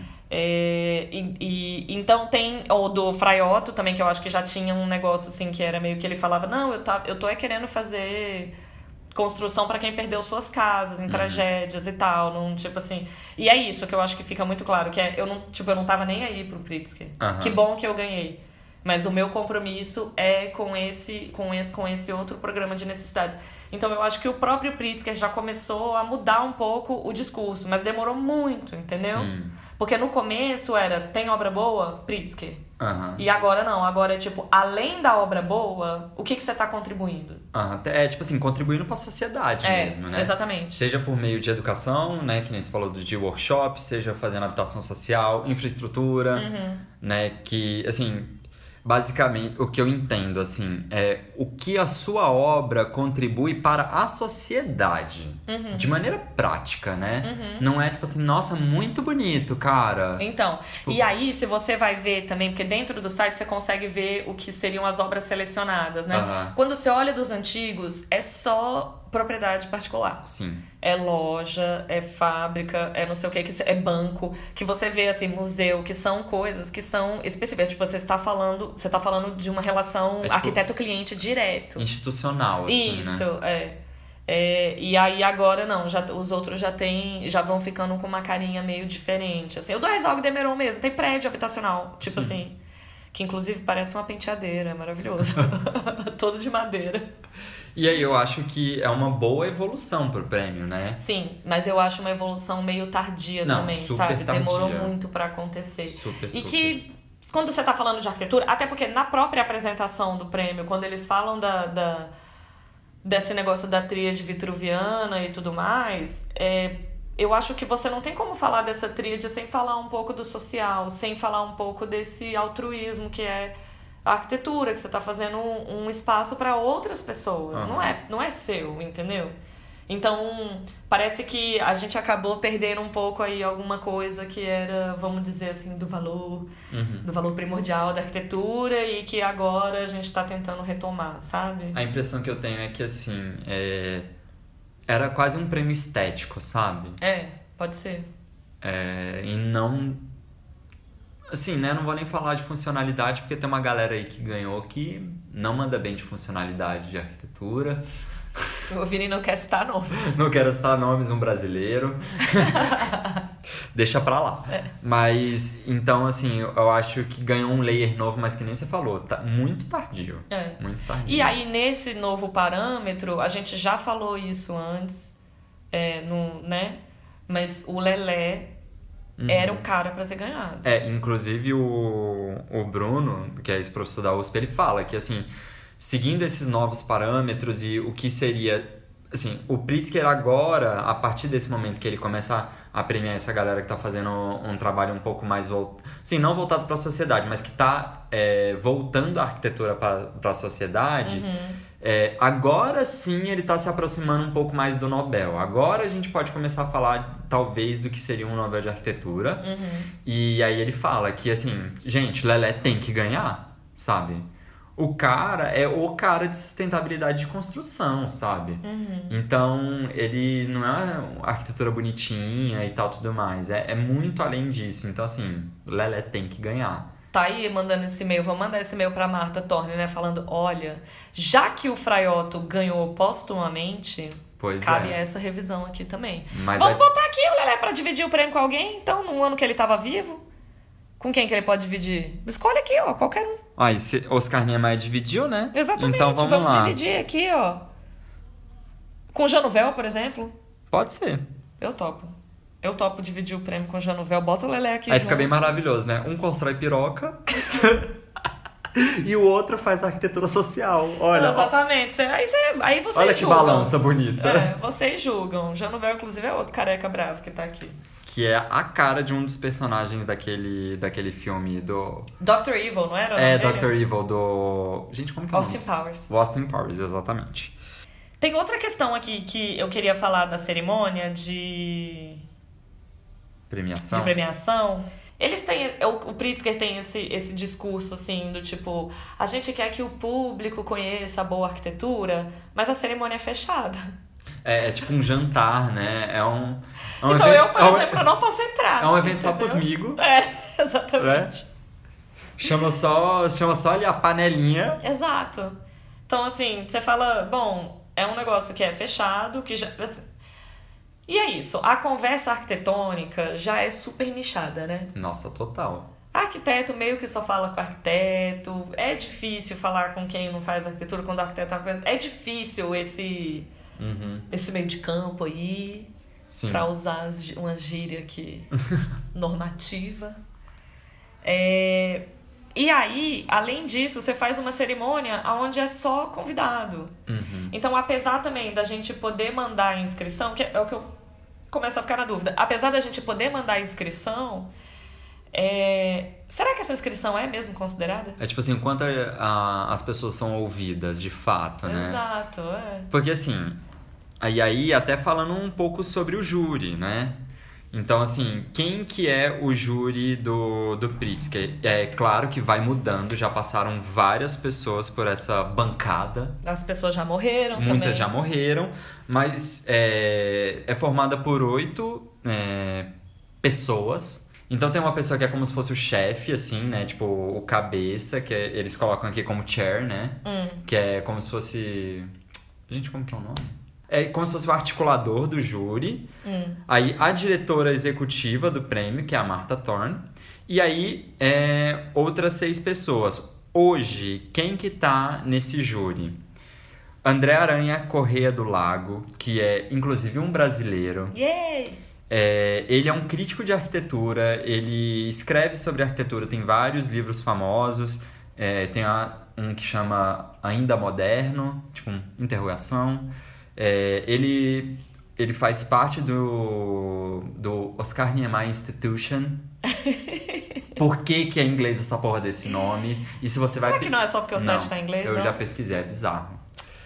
Então tem... Ou do Fraiotto também, que eu acho que já tinha um negócio assim, que era meio que ele falava, não, eu tô querendo fazer... construção para quem perdeu suas casas em tragédias e tal, não, tipo assim. E é isso que eu acho que fica muito claro, que eu não tava nem aí pro Pritzker. Que bom que eu ganhei. Mas o meu compromisso é com esse outro programa de necessidades. Então eu acho que o próprio Pritzker já começou a mudar um pouco o discurso, mas demorou muito, entendeu? Sim. Porque no começo tem obra boa? Pritzker. E agora não, agora é tipo, além da obra boa, o que você tá contribuindo? Tipo assim, contribuindo pra sociedade mesmo, né? Exatamente. Seja por meio de educação, né? Que nem você falou de workshop, seja fazendo habitação social, infraestrutura, né? Que, assim... Basicamente, o que eu entendo, assim, é o que a sua obra contribui para a sociedade. De maneira prática, né? Não é tipo assim, nossa, muito bonito, cara. Então, e aí, se você vai ver também, porque dentro do site você consegue ver o que seriam as obras selecionadas, né? Quando você olha dos antigos, é só propriedade particular. Sim. É loja, é fábrica, é não sei o que é banco, que você vê assim, museu, que são coisas que são específicas. Tipo, você tá falando de uma relação tipo, arquiteto-cliente direto. Institucional, assim, isso, né? E aí agora não, os outros já vão ficando com uma carinha meio diferente. Assim, o do Herzog de Meuron mesmo, tem prédio habitacional, tipo assim, que inclusive parece uma penteadeira, é maravilhoso. Todo de madeira. E aí eu acho que é uma boa evolução pro prêmio, né? Sim, mas eu acho uma evolução meio tardia também, sabe? Tardia. Demorou muito pra acontecer. Super. Que, quando você tá falando de arquitetura, até porque na própria apresentação do prêmio, quando eles falam desse negócio da tríade vitruviana e tudo mais, eu acho que você não tem como falar dessa tríade sem falar um pouco do social, sem falar um pouco desse altruísmo que é a arquitetura, que você tá fazendo um espaço para outras pessoas, não é seu, entendeu? Então, parece que a gente acabou perdendo um pouco aí alguma coisa que era, vamos dizer assim, do valor primordial da arquitetura e que agora a gente tá tentando retomar, sabe? A impressão que eu tenho é que, assim, era quase um prêmio estético, sabe? Pode ser. E não... Assim, né? Não vou nem falar de funcionalidade, porque tem uma galera aí que ganhou que não manda bem de funcionalidade de arquitetura. O Vini não quer citar nomes. Não quero citar nomes, um brasileiro. Deixa pra lá. Mas, então, assim, eu acho que ganhou um layer novo, mas que nem você falou, tá muito tardio. Muito tardio. E aí, nesse novo parâmetro, a gente já falou isso antes, né? Mas o Lelé era o cara pra ter ganhado. Inclusive o Bruno, que é esse professor da USP, ele fala que, assim, seguindo esses novos parâmetros e o que seria... Assim, o Pritzker agora, a partir desse momento que ele começa a premiar essa galera que tá fazendo um trabalho um pouco mais... Assim, não voltado pra sociedade, mas que tá voltando a arquitetura pra sociedade... agora sim ele está se aproximando um pouco mais do Nobel. Agora a gente pode começar a falar, talvez, do que seria um Nobel de Arquitetura. E aí ele fala que, assim, gente, Lelé tem que ganhar, sabe? o cara é o cara de sustentabilidade de construção, sabe? Então, ele não é uma arquitetura bonitinha e tal, tudo mais. É muito além disso. Então, assim, Lelé tem que ganhar. Tá aí mandando esse e-mail, vou mandar esse e-mail pra Marta Torne, né? Falando, olha, já que o Fraiotto ganhou póstumamente, cabe essa revisão aqui também. Mas vamos botar aqui o Lelé pra dividir o prêmio com alguém, então, num ano que ele tava vivo? Com quem que ele pode dividir? Escolhe aqui, ó, qualquer um. Ó, e Oscar Niemeyer dividiu, né? Exatamente, então vamos lá. Dividir aqui, ó. Com o Januvel, por exemplo. Pode ser. Eu topo dividir o prêmio com o Januvel. Bota o Lelé aqui Aí junto. fica bem maravilhoso, né? Um constrói piroca e o outro faz arquitetura social. Olha. Exatamente. Aí vocês olha que julgam. balança bonita. Vocês julgam. O Januvel, inclusive, é outro careca bravo que tá aqui. Que é a cara de um dos personagens daquele filme do... Dr. Evil, não era? Dr. Evil, do... Gente, como que é o nome? Austin Powers. O Austin Powers, exatamente. Tem outra questão aqui que eu queria falar da cerimônia de premiação. Eles têm... O Pritzker tem esse discurso, assim, do tipo... A gente quer que o público conheça a boa arquitetura, mas a cerimônia é fechada. É tipo um jantar, né? Então evento, eu, por exemplo, eu não posso entrar. É um evento só pros amigos. Exatamente. Né? Chama só ali a panelinha. Exato. Então, assim, você fala... Bom, é um negócio que é fechado, que já... E é isso. A conversa arquitetônica já é super nichada, né? Nossa, total. Arquiteto meio que só fala com arquiteto. É difícil falar com quem não faz arquitetura quando o arquiteto... É difícil esse meio de campo aí. Sim. Pra usar uma gíria aqui normativa. E aí, além disso, você faz uma cerimônia onde é só convidado. Então, apesar também da gente poder mandar a inscrição, que é o que eu começo a ficar na dúvida, apesar da gente poder mandar a inscrição, será que essa inscrição é mesmo considerada? É tipo assim, enquanto as pessoas são ouvidas de fato, né? Exato, Porque assim, aí até falando um pouco sobre o júri, né? Então, assim, quem que é o júri do Pritzker? É claro que vai mudando, já passaram várias pessoas por essa bancada. As pessoas já morreram também. Muitas já morreram, mas é formada por 8 pessoas. Então tem uma pessoa que é como se fosse o chefe, assim, né? Tipo, o cabeça, que eles colocam aqui como chair, né? Que é como se fosse... Gente, como que é o nome? É como se fosse o articulador do júri. Aí a diretora executiva do prêmio, que é a Marta Torn. E aí outras 6 pessoas. Hoje, quem que tá nesse júri? André Aranha Corrêa do Lago, que é inclusive um brasileiro. Yay! Ele é um crítico de arquitetura, ele escreve sobre arquitetura, tem vários livros famosos. Tem um que chama Ainda Moderno, tipo interrogação. Ele faz parte do Oscar Niemeyer Institution. Por que é em inglês essa porra desse nome? E se você Será que não é só porque o site tá em inglês? Eu já pesquisei, é bizarro.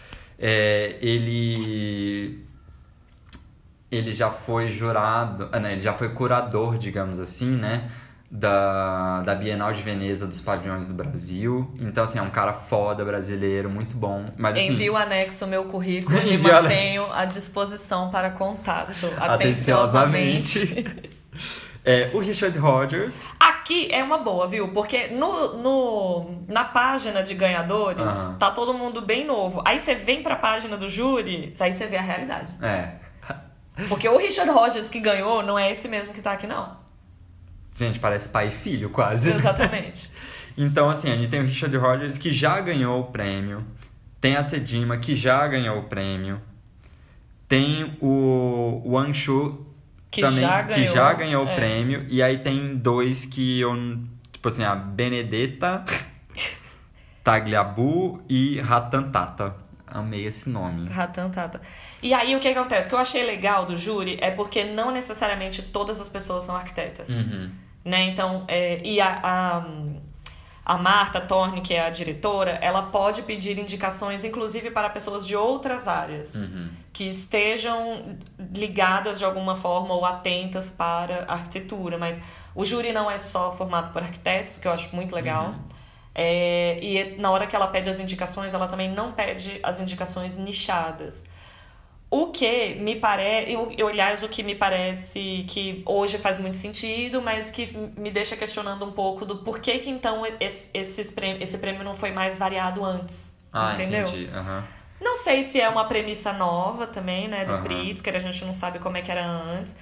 Ele já foi jurado... ele já foi curador, digamos assim, né? Da Bienal de Veneza dos Pavilhões do Brasil. Então, assim, é um cara foda, brasileiro, muito bom. Mas, assim, envio anexo ao meu currículo e mantenho à disposição para contato. Atenciosamente. O Richard Rogers. Aqui é uma boa, viu? Porque na página de ganhadores, tá todo mundo bem novo. Aí você vem pra página do júri, aí você vê a realidade. Porque o Richard Rogers que ganhou não é esse mesmo que tá aqui, não. Gente, parece pai e filho, quase. Exatamente. Então, assim, a gente tem o Richard Rogers, que já ganhou o prêmio. Tem a Sedima, que já ganhou o prêmio. Tem o Wang Shu, que já ganhou o prêmio. E aí tem 2 que eu... Tipo assim, a Benedetta Tagliabue e Ratan Tata. Amei esse nome. Ratan Tata. E aí, o que acontece? O que eu achei legal do júri é porque não necessariamente todas as pessoas são arquitetas. Né? Então, e a Marta Torne, que é a diretora, ela pode pedir indicações, inclusive para pessoas de outras áreas, que estejam ligadas de alguma forma ou atentas para a arquitetura. Mas o júri não é só formado por arquitetos, que eu acho muito legal. E na hora que ela pede as indicações, ela também não pede as indicações nichadas. O que me parece... Aliás, o que me parece que hoje faz muito sentido, mas que me deixa questionando um pouco do porquê que então esse prêmio não foi mais variado antes. Entendeu? Entendi. Não sei se é uma premissa nova também, né, do Pritzker, a gente não sabe como é que era antes.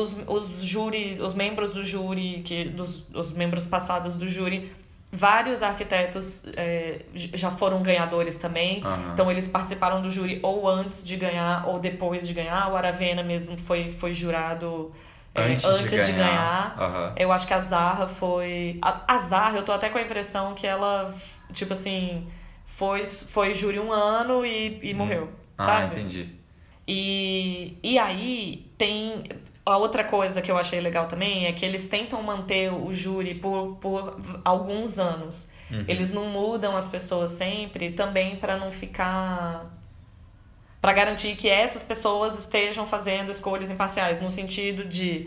Os membros do júri, os membros passados do júri, vários arquitetos já foram ganhadores também. Então eles participaram do júri ou antes de ganhar ou depois de ganhar. O Aravena mesmo foi jurado antes de ganhar. Eu acho que a Zaha foi... A Zaha, eu tô até com a impressão que ela, tipo assim, foi júri 1 ano e morreu, sabe? Entendi. E aí tem... A outra coisa que eu achei legal também é que eles tentam manter o júri por alguns anos. Eles não mudam as pessoas sempre, também para não ficar... Para garantir que essas pessoas estejam fazendo escolhas imparciais, no sentido de...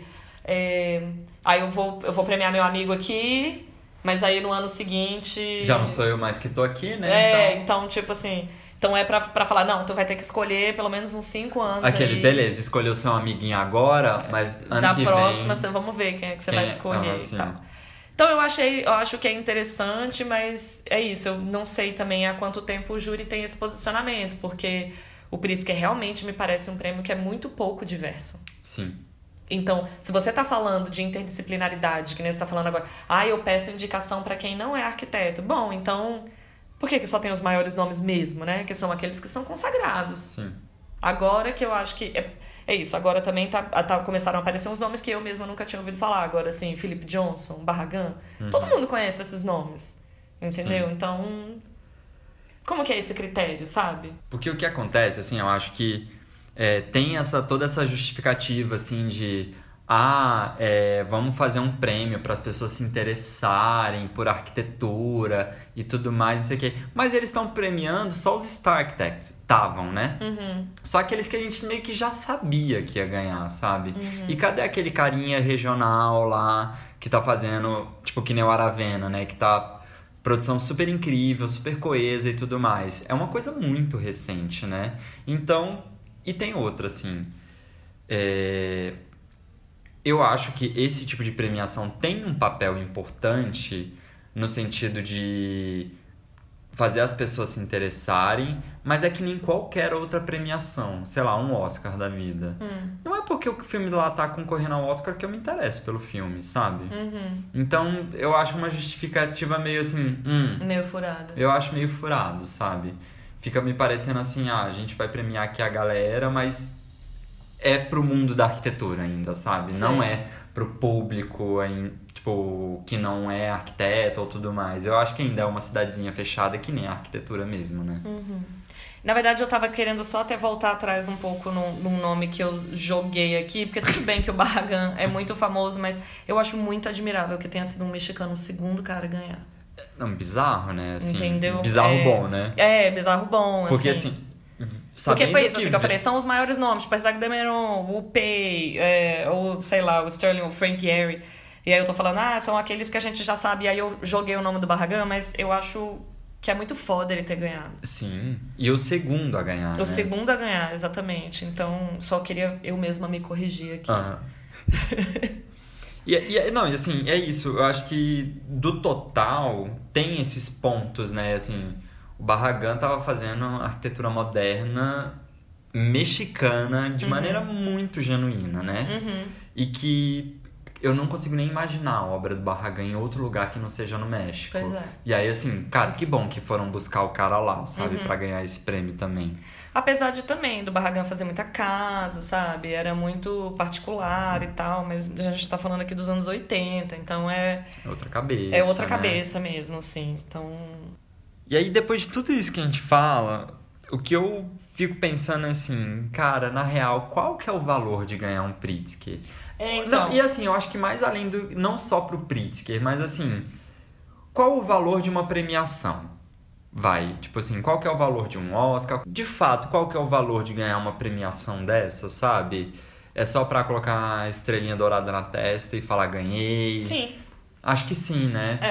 eu vou premiar meu amigo aqui, mas aí no ano seguinte... Já não sou eu mais que tô aqui, né? Então tipo assim... Então é pra falar, não, tu vai ter que escolher pelo menos uns 5 anos Aquele, aí. beleza, escolheu seu amiguinho agora, mas ano que vem... Da próxima, vamos ver quem é que você vai escolher e tal. Então eu acho que é interessante, mas é isso. Eu não sei também há quanto tempo o júri tem esse posicionamento, porque o Pritzker realmente me parece um prêmio que é muito pouco diverso. Sim. Então, se você tá falando de interdisciplinaridade, que nem você tá falando agora, eu peço indicação pra quem não é arquiteto. Bom, então... Por que só tem os maiores nomes mesmo, né? Que são aqueles que são consagrados. Sim. Agora que eu acho que... É isso. Agora também começaram a aparecer uns nomes que eu mesma nunca tinha ouvido falar. Agora, assim, Philip Johnson, Barragan. Todo mundo conhece esses nomes. Entendeu? Sim. Então... Como que é esse critério, sabe? Porque o que acontece, assim, eu acho que tem toda essa justificativa, assim, de... vamos fazer um prêmio para as pessoas se interessarem por arquitetura e tudo mais, não sei o quê. Mas eles estão premiando só os Star Architects. Estavam, né? Só aqueles que a gente meio que já sabia que ia ganhar, sabe? E cadê aquele carinha regional lá que tá fazendo, tipo, que nem o Aravena, né? Que tá... Produção super incrível, super coesa e tudo mais. É uma coisa muito recente, né? Então... E tem outra, assim... Eu acho que esse tipo de premiação tem um papel importante no sentido de fazer as pessoas se interessarem, mas é que nem qualquer outra premiação, sei lá, um Oscar da vida. Não é porque o filme lá tá concorrendo ao Oscar que eu me interesso pelo filme, sabe? Então, eu acho uma justificativa meio assim... meio furado. Eu acho meio furado, sabe? Fica me parecendo assim, a gente vai premiar aqui a galera, mas... é pro mundo da arquitetura ainda, sabe? Sim. Não é pro público, tipo, que não é arquiteto ou tudo mais. Eu acho que ainda é uma cidadezinha fechada que nem a arquitetura mesmo, né? Na verdade, eu tava querendo só até voltar atrás um pouco num nome que eu joguei aqui, porque tudo bem que o Barragan é muito famoso, mas eu acho muito admirável que tenha sido um mexicano o segundo cara a ganhar. Não, bizarro, né? Assim, entendeu? Bizarro bom, né? Bizarro bom, porque assim porque foi isso, assim, que eu falei, são os maiores nomes, tipo, Isaac Demeron, o Pei, ou sei lá, o Sterling, o Frank Gehry. E aí eu tô falando, são aqueles que a gente já sabe, e aí eu joguei o nome do Barragan, mas eu acho que é muito foda ele ter ganhado. Sim, e o segundo a ganhar, O segundo a ganhar, exatamente. Então, só queria eu mesma me corrigir aqui. Não, assim, é isso, eu acho que do total tem esses pontos, né, assim... O Barragan tava fazendo arquitetura moderna mexicana de maneira muito genuína, né? E que eu não consigo nem imaginar a obra do Barragan em outro lugar que não seja no México. Pois é. E aí, assim, cara, que bom que foram buscar o cara lá, sabe? Pra ganhar esse prêmio também. Apesar de também do Barragan fazer muita casa, sabe? Era muito particular e tal, mas a gente tá falando aqui dos anos 80, então é outra cabeça. É outra cabeça mesmo, assim. Então... E aí, depois de tudo isso que a gente fala, o que eu fico pensando é assim, cara, na real, qual que é o valor de ganhar um Pritzker? Então... Não, e assim, eu acho que mais além do... Não só pro Pritzker, mas assim, qual o valor de uma premiação? Tipo assim, qual que é o valor de um Oscar? De fato, qual que é o valor de ganhar uma premiação dessa, sabe? É só pra colocar a estrelinha dourada na testa e falar ganhei? Sim. Acho que sim, né?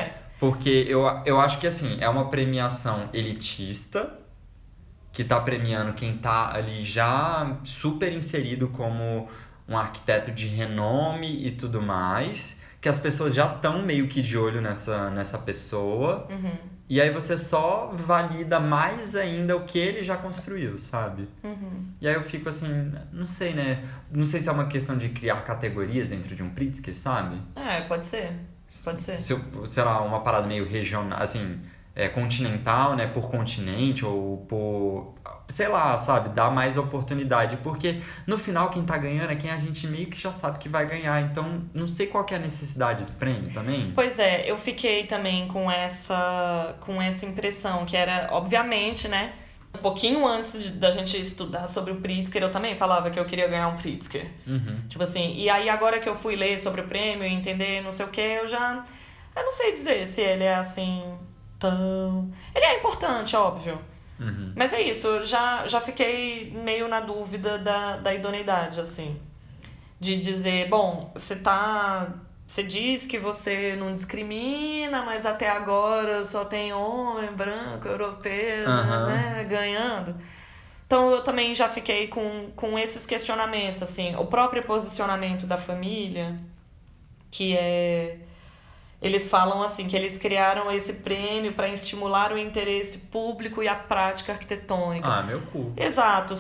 Porque eu acho que, assim, é uma premiação elitista, que tá premiando quem tá ali já super inserido como um arquiteto de renome e tudo mais, que as pessoas já estão meio que de olho nessa pessoa, e aí você só valida mais ainda o que ele já construiu, sabe? E aí eu fico assim, não sei, né? Não sei se é uma questão de criar categorias dentro de um Pritzker, sabe? Pode ser. Pode ser. Sei lá, uma parada meio regional, assim, continental, né? Por continente ou por... Sei lá, sabe? Dar mais oportunidade. Porque no final quem tá ganhando é quem a gente meio que já sabe que vai ganhar. Então, não sei qual que é a necessidade do prêmio também. Pois é, eu fiquei também com essa impressão, que era, obviamente, né? Um pouquinho antes da gente estudar sobre o Pritzker, eu também falava que eu queria ganhar um Pritzker. Tipo assim, e aí agora que eu fui ler sobre o prêmio e entender não sei o que, eu não sei dizer se ele é assim tão... Ele é importante, óbvio. Mas é isso, eu já fiquei meio na dúvida da idoneidade, assim. De dizer, bom, você diz que você não discrimina, mas até agora só tem homem branco, europeu, né, ganhando. Então eu também já fiquei com esses questionamentos, assim. O próprio posicionamento da família, que é... Eles falam assim, que eles criaram esse prêmio para estimular o interesse público e a prática arquitetônica. Meu cu. Exato,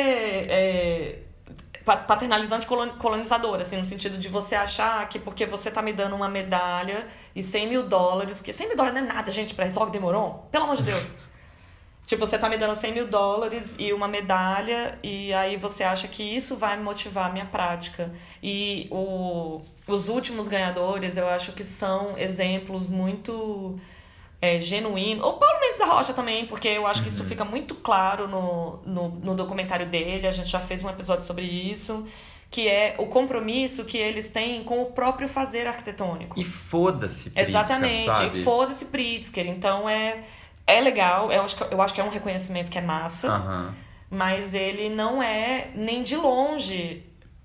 super paternalizante colonizador, assim, no sentido de você achar que porque você tá me dando uma medalha e $100 mil, que $100 mil não é nada, gente, pra Resolve Demoron, pelo amor de Deus. Tipo, você tá me dando $100 mil e uma medalha, e aí você acha que isso vai motivar a minha prática. E os últimos ganhadores, eu acho que são exemplos muito genuínos. O Paulo Mendes da Rocha também, porque eu acho que isso fica muito claro no documentário dele, a gente já fez um episódio sobre isso, que é o compromisso que eles têm com o próprio fazer arquitetônico. E foda-se Pritzker, exatamente, sabe? E foda-se Pritzker. Então é legal, eu acho que é um reconhecimento que é massa, mas ele não é nem de longe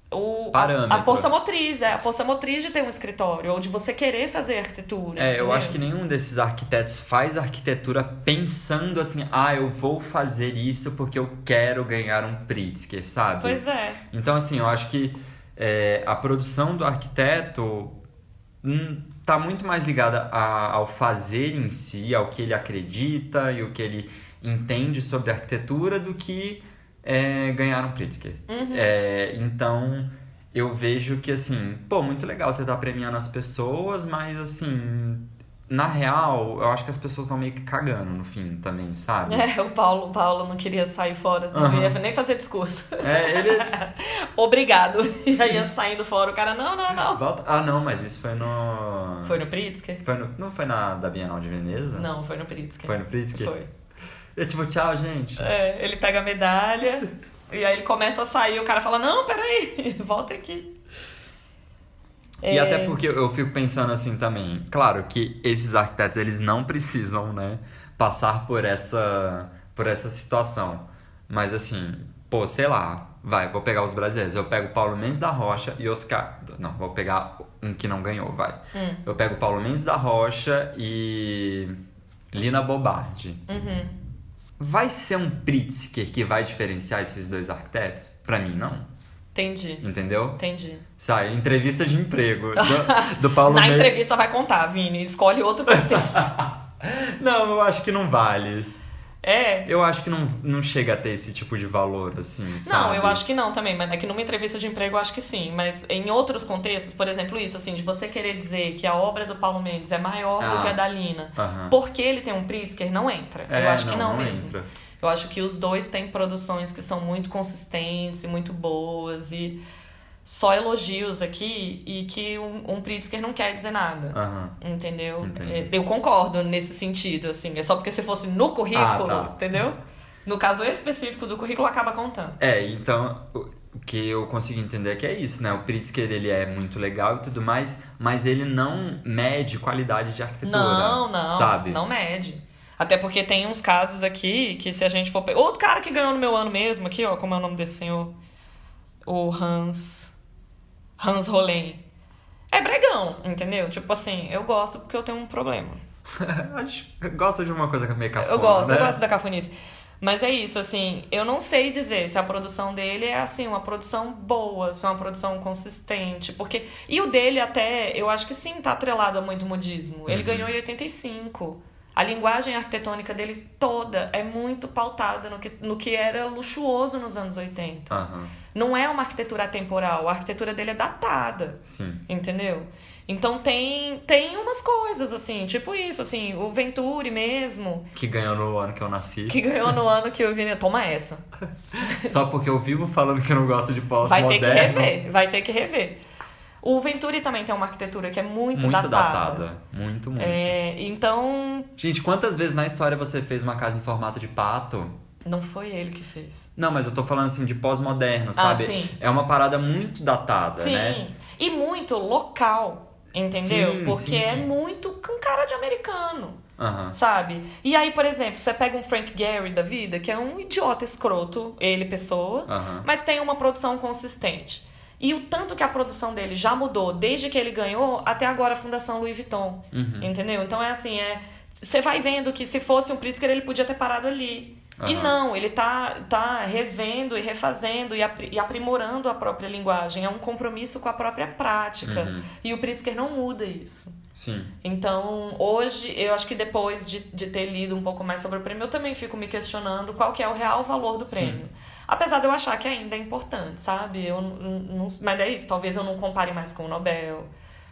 a força motriz, a força motriz de ter um escritório, ou de você querer fazer arquitetura. Eu acho que nenhum desses arquitetos faz arquitetura pensando assim, eu vou fazer isso porque eu quero ganhar um Pritzker, sabe? Pois é. Então, assim, eu acho que a produção do arquiteto tá muito mais ligada ao fazer em si, ao que ele acredita e o que ele entende sobre arquitetura do que ganhar um Pritzker. Então, eu vejo que, assim, muito legal você tá premiando as pessoas, mas, assim, na real, eu acho que as pessoas estão meio que cagando no fim também, sabe? O Paulo não queria sair fora, não ia nem fazer discurso. Ele... Obrigado. E aí ia saindo fora, o cara, não. Volta... não, mas isso foi no... Foi no Pritzker? Não foi da Bienal de Veneza? Não, foi no Pritzker. Foi no Pritzker? Foi. Tipo, tchau, gente. Ele pega a medalha e aí ele começa a sair, o cara fala, não, peraí, volta aqui. E até porque eu fico pensando assim também, claro que esses arquitetos, eles não precisam, né, passar por essa situação. Mas assim, sei lá, vou pegar os brasileiros. Eu pego Paulo Mendes da Rocha e Oscar... Não, vou pegar um que não ganhou, vai. Eu pego Paulo Mendes da Rocha e Lina Bobardi. Vai ser um Pritzker que vai diferenciar esses dois arquitetos? Pra mim, não. Entendi. Entendeu? Entendi. Sai, entrevista de emprego do Paulo Na Mendes. entrevista vai contar, Vini. Escolhe outro contexto. Não, eu acho que não vale. Eu acho que não chega a ter esse tipo de valor, assim, sabe? Não, eu acho que não também. Mas é que numa entrevista de emprego eu acho que sim. Mas em outros contextos, por exemplo, isso, assim, de você querer dizer que a obra do Paulo Mendes é maior do que a da Lina, porque ele tem um Pritzker, não entra. Eu acho que não mesmo. Entra. Eu acho que os dois têm produções que são muito consistentes e muito boas e só elogios aqui e que um Pritzker não quer dizer nada. Entendeu? Entendi. Eu concordo nesse sentido, assim. É só porque se fosse no currículo, entendeu? No caso específico do currículo, acaba contando. Então, o que eu consigo entender é que é isso, né? O Pritzker, ele é muito legal e tudo mais, mas ele não mede qualidade de arquitetura. Não. Sabe? Não mede. Até porque tem uns casos aqui que se a gente for... Outro cara que ganhou no meu ano mesmo aqui, ó, como é o nome desse senhor? O Hans Rollen. É bregão, entendeu? Tipo assim, eu gosto porque eu tenho um problema. Gosto de uma coisa meio cafona, Eu gosto né? da cafonice. Mas é isso, assim, eu não sei dizer se a produção dele é, assim, uma produção boa, se é uma produção consistente, porque... E o dele até, eu acho que sim, tá atrelado a muito modismo. Ele ganhou em 85. A linguagem arquitetônica dele toda é muito pautada no que era luxuoso nos anos 80. Não é uma arquitetura atemporal, a arquitetura dele é datada. Sim. Entendeu? Então tem umas coisas, assim, tipo isso, assim, o Venturi mesmo. Que ganhou no ano que eu nasci. Que ganhou no ano que eu vi. Toma essa. Só porque eu vivo falando que eu não gosto de pós-moderno. Vai ter que rever. O Venturi também tem uma arquitetura que é muito datada. Muito. Então... Gente, quantas vezes na história você fez uma casa em formato de pato? Não foi ele que fez. Não, mas eu tô falando assim de pós-moderno, sabe? Sim. É uma parada muito datada, né? Sim. E muito local, entendeu? Sim, porque sim. é muito com cara de americano. Aham. Sabe? E aí, por exemplo, você pega um Frank Gehry da vida, que é um idiota escroto, ele pessoa, mas tem uma produção consistente. E o tanto que a produção dele já mudou desde que ele ganhou até agora a Fundação Louis Vuitton. Entendeu? Então é assim, você vai vendo que se fosse um Pritzker ele podia ter parado ali. E não, ele tá revendo e refazendo e aprimorando a própria linguagem. É um compromisso com a própria prática. E o Pritzker não muda isso. Sim. Então, hoje, eu acho que depois de ter lido um pouco mais sobre o prêmio, eu também fico me questionando qual que é o real valor do prêmio. Sim. Apesar de eu achar que ainda é importante, sabe? Eu não, mas é isso, talvez eu não compare mais com o Nobel.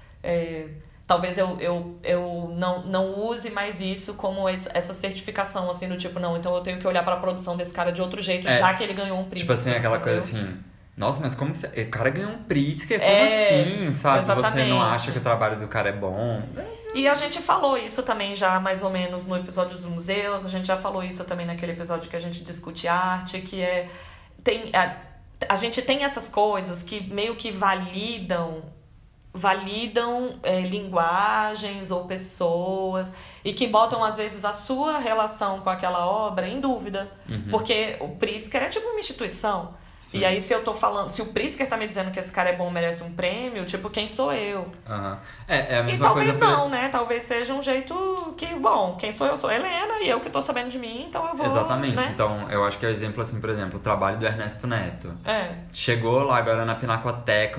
Talvez eu não use mais isso como essa certificação, assim, do tipo, não, então eu tenho que olhar pra produção desse cara de outro jeito, já que ele ganhou um Pritzker. Tipo assim, aquela coisa assim... Nossa, mas como que o cara ganhou um Pritzker? Como assim, sabe? Exatamente. Você não acha que o trabalho do cara é bom? E a gente falou isso também já, mais ou menos, no episódio dos museus. A gente já falou isso também naquele episódio que a gente discute arte, que a gente tem essas coisas que meio que validam linguagens ou pessoas e que botam, às vezes, a sua relação com aquela obra em dúvida. Porque o Pritzker é tipo uma instituição. Sim. E aí, se eu tô falando... Se o Pritzker tá me dizendo que esse cara é bom, merece um prêmio, tipo, quem sou eu? É a mesma coisa... E talvez não, né? Talvez seja um jeito que, bom, quem sou eu? Sou a Helena e eu que tô sabendo de mim, então eu vou... Exatamente. Né? Então, eu acho que é o exemplo, assim, por exemplo, o trabalho do Ernesto Neto. Chegou lá agora na Pinacoteca,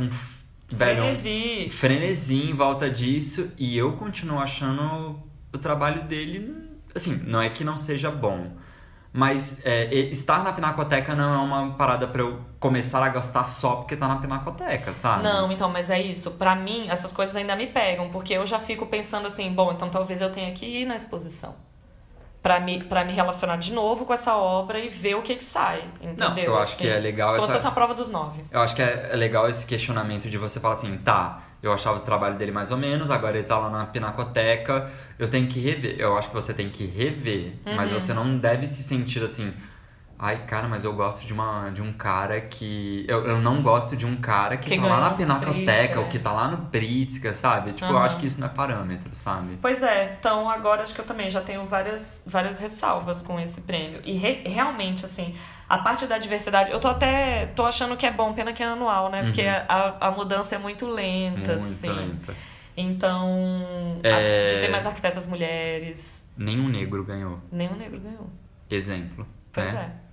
frenesi em volta disso, e eu continuo achando o trabalho dele... Assim, não é que não seja bom... Mas estar na Pinacoteca não é uma parada pra eu começar a gostar só porque tá na Pinacoteca, sabe? Não, então, mas é isso. Pra mim, essas coisas ainda me pegam. Porque eu já fico pensando assim, bom, então talvez eu tenha que ir na exposição. Pra me relacionar de novo com essa obra e ver o que sai, entendeu? Não, eu acho que é legal como se fosse uma prova dos 9. Eu acho que é legal esse questionamento de você falar assim, tá... Eu achava o trabalho dele mais ou menos, agora ele tá lá na Pinacoteca, eu tenho que rever. Eu acho que você tem que rever, mas você não deve se sentir assim... Ai, cara, mas eu gosto de um cara que... Eu não gosto de um cara que tá lá na Pinacoteca, ou que tá lá no Pritzker, sabe? Tipo, eu acho que isso não é parâmetro, sabe? Pois é, então agora acho que eu também já tenho várias ressalvas com esse prêmio. E realmente, assim... A parte da diversidade, eu tô achando que é bom, pena que é anual, né? Porque a mudança é muito lenta, muito lenta. Então, de ter mais arquitetas mulheres. Nenhum negro ganhou. Nenhum negro ganhou. Exemplo. Pois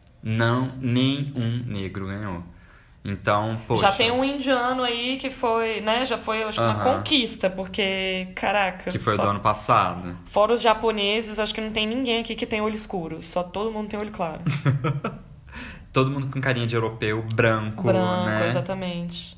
Nenhum negro ganhou. Então, poxa... Já tem um indiano aí que foi, né? Já foi, acho que uma conquista, porque, caraca... Que foi do ano passado. Fora os japoneses, acho que não tem ninguém aqui que tem olho escuro. Só todo mundo tem olho claro. Todo mundo com carinha de europeu, branco, né? Exatamente.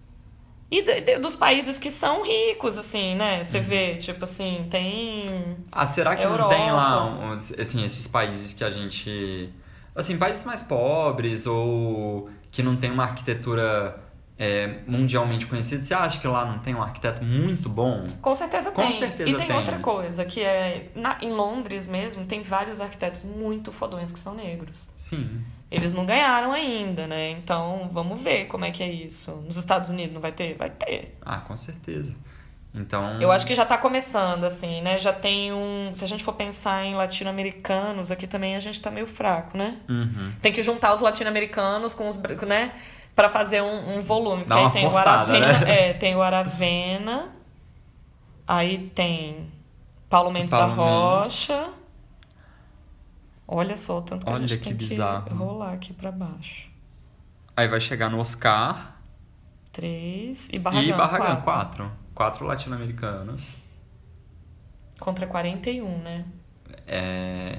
E dos países que são ricos, assim, né? Você vê, tipo assim, tem... será que Europa. não tem lá, assim, esses países que a gente... Assim, países mais pobres ou que não tem uma arquitetura mundialmente conhecida. Você acha que lá não tem um arquiteto muito bom? Com certeza tem. Com certeza e tem outra coisa, que em Londres mesmo, tem vários arquitetos muito fodões que são negros. Sim. Eles não ganharam ainda, né? Então, vamos ver como é que é isso. Nos Estados Unidos não vai ter? Vai ter. Com certeza. Então... Eu acho que já tá começando, assim, né? Já tem Se a gente for pensar em latino-americanos, aqui também a gente tá meio fraco, né? Tem que juntar os latino-americanos com os brancos, né? Pra fazer um volume. Dá uma aí tem forçada, o Aravena, né? tem o Aravena. Aí tem Paulo Mendes da Mendes. Rocha. Olha só o tanto que a Olha gente que tem bizarro. que rolar aqui pra baixo. Aí vai chegar no Oscar 3 e Barragán, e Barragán, 4. 4 latino-americanos. Contra 41, né? É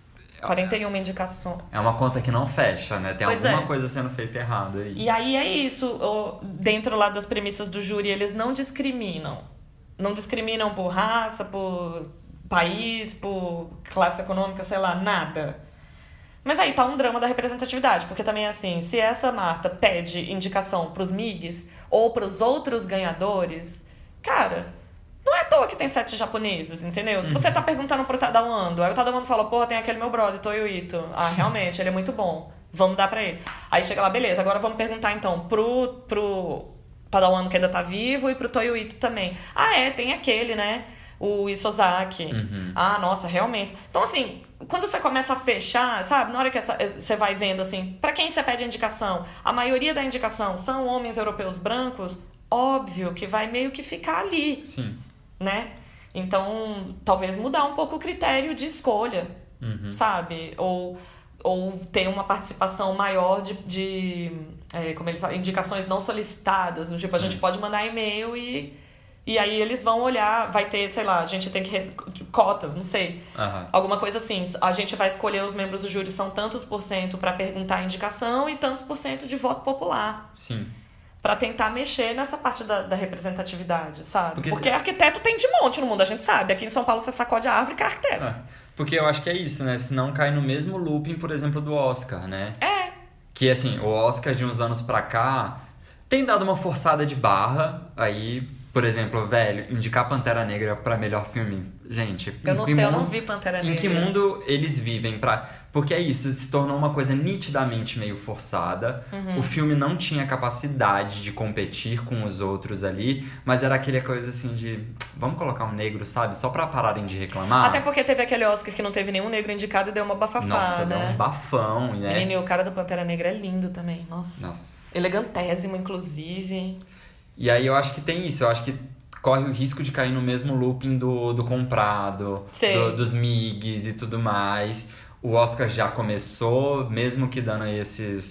41 indicações. uma conta que não fecha, né? Tem Pois alguma é. coisa sendo feita errada aí. E aí é isso, dentro lá das premissas do júri, eles não discriminam. Não discriminam por raça, por país, por classe econômica, sei lá, nada. Mas aí tá um drama da representatividade, porque também assim, se essa Marta pede indicação pros MIGs ou pros outros ganhadores, cara, não é à toa que tem 7 japoneses, entendeu? Se você tá perguntando pro Tadawando, aí o Tadawando fala, porra, tem aquele meu brother, Toyo Ito. Ah, realmente, ele é muito bom. Vamos dar pra ele. Aí chega lá, beleza, agora vamos perguntar então pro Tadawando que ainda tá vivo e pro Toyo Ito também. Ah, tem aquele, né? O Isozaki. Ah, nossa, realmente. Então, assim, quando você começa a fechar, sabe? Na hora que você vai vendo, assim, pra quem você pede indicação, a maioria da indicação são homens europeus brancos, óbvio que vai meio que ficar ali. Sim. Né? Então, talvez mudar um pouco o critério de escolha, sabe? Ou ter uma participação maior de como ele fala, indicações não solicitadas. No tipo, a gente pode mandar e-mail e aí eles vão olhar, vai ter, sei lá, a gente tem que cotas, não sei. Alguma coisa assim. A gente vai escolher os membros do júri, são tantos % para perguntar a indicação e tantos % de voto popular. Sim. Pra tentar mexer nessa parte da representatividade, sabe? Porque arquiteto tem de monte no mundo, a gente sabe. Aqui em São Paulo você sacode a árvore que é arquiteto. Porque eu acho que é isso, né? Senão cai no mesmo looping, por exemplo, do Oscar, né? Que, assim, o Oscar de uns anos pra cá tem dado uma forçada de barra. Aí, por exemplo, velho, indicar Pantera Negra pra melhor filme. Gente, eu não sei, eu não vi Pantera Negra. Em que mundo eles vivem pra... Porque é isso, se tornou uma coisa nitidamente meio forçada. O filme não tinha capacidade de competir com os outros ali, mas era aquela coisa assim de... Vamos colocar um negro, sabe? Só pra pararem de reclamar. Até porque teve aquele Oscar que não teve nenhum negro indicado e deu uma bafafá, Nossa, né? deu um bafão, né? Menino, e o cara do Pantera Negra é lindo também, nossa. Elegantésimo, inclusive. E aí eu acho que tem isso, eu acho que corre o risco de cair no mesmo looping do comprado, dos MIGs e tudo mais. O Oscar já começou, mesmo que dando aí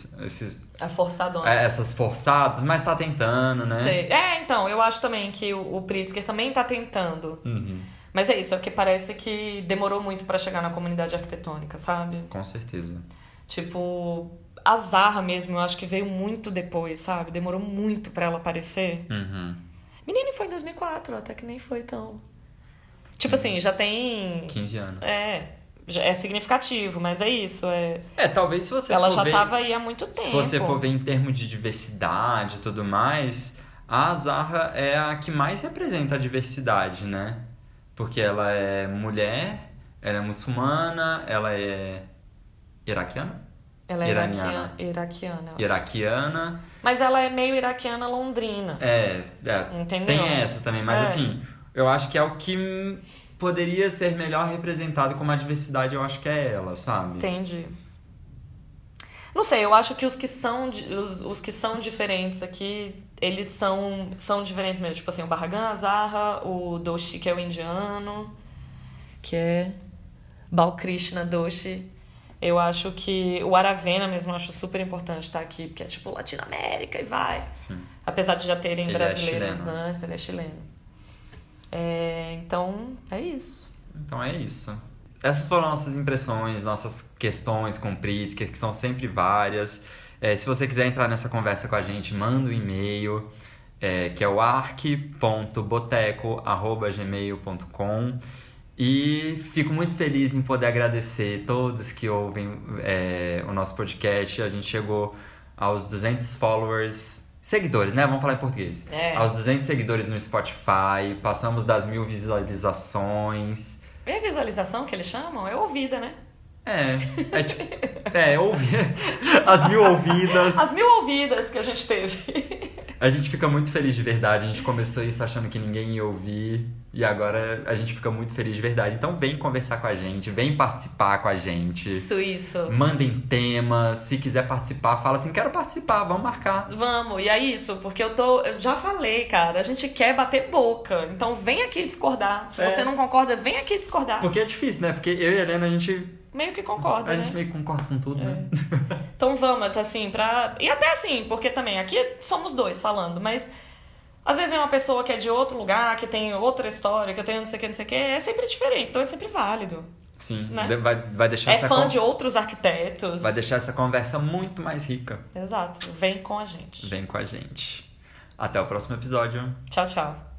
A forçadona. essas forçadas, mas tá tentando, né? Sei. Então, eu acho também que o Pritzker também tá tentando. Mas é isso, é porque parece que demorou muito pra chegar na comunidade arquitetônica, sabe? Com certeza. Tipo, a Zaha mesmo, eu acho que veio muito depois, sabe? Demorou muito pra ela aparecer. Menino, foi em 2004, até que nem foi tão... Tipo assim, já tem... 15 anos. É significativo, mas é isso. Talvez se você ela for já ver, tava aí há muito tempo. Se você for ver em termos de diversidade e tudo mais, a Zaha é a que mais representa a diversidade, né? Porque ela é mulher, ela é muçulmana, ela é iraquiana? Ela é Iraniana. iraquiana. Mas ela é meio iraquiana londrina. Entendeu? Tem essa também, mas assim, eu acho que é o que poderia ser melhor representado como a diversidade, eu acho que é ela, sabe? Entendi. Não sei, eu acho que os que são diferentes aqui, eles são diferentes mesmo. Tipo assim, o Barragán, a Zaha, o Doshi, que é o indiano, que é Balkrishna Doshi. Eu acho que o Aravena mesmo, eu acho super importante estar aqui, porque é tipo Latinoamérica e vai. Sim. Apesar de já terem Ele brasileiros antes, ele é chileno. Então, é isso. Então é isso. Essas foram nossas impressões, nossas questões com o Pritzker, que são sempre várias. Se você quiser entrar nessa conversa com a gente, manda um e-mail, que é o arc.boteco@gmail.com. E fico muito feliz em poder agradecer todos que ouvem o nosso podcast. A gente chegou aos 200 seguidores, né? Vamos falar em português. Aos 200 seguidores no Spotify, passamos das 1000 visualizações. É a visualização que eles chamam? É ouvida, né? As 1000 ouvidas. As 1000 ouvidas que a gente teve. A gente fica muito feliz de verdade. A gente começou isso achando que ninguém ia ouvir. E agora a gente fica muito feliz de verdade. Então vem conversar com a gente, vem participar com a gente. Isso. Mandem temas. Se quiser participar, fala assim, quero participar, vamos marcar. Vamos, e é isso, porque eu já falei, cara, a gente quer bater boca. Então vem aqui discordar. Se você não concorda, vem aqui discordar. Porque é difícil, né? Porque eu e a Helena, a gente... meio que concorda, A né? gente meio que concorda com tudo, né? Então vamos, assim, e até assim, porque também aqui somos dois falando, mas às vezes vem uma pessoa que é de outro lugar, que tem outra história, que tem não sei o que, é sempre diferente, então é sempre válido. Sim, né? vai deixar essa fã de outros arquitetos. Vai deixar essa conversa muito mais rica. Exato, vem com a gente. Vem com a gente. Até o próximo episódio. Tchau, tchau.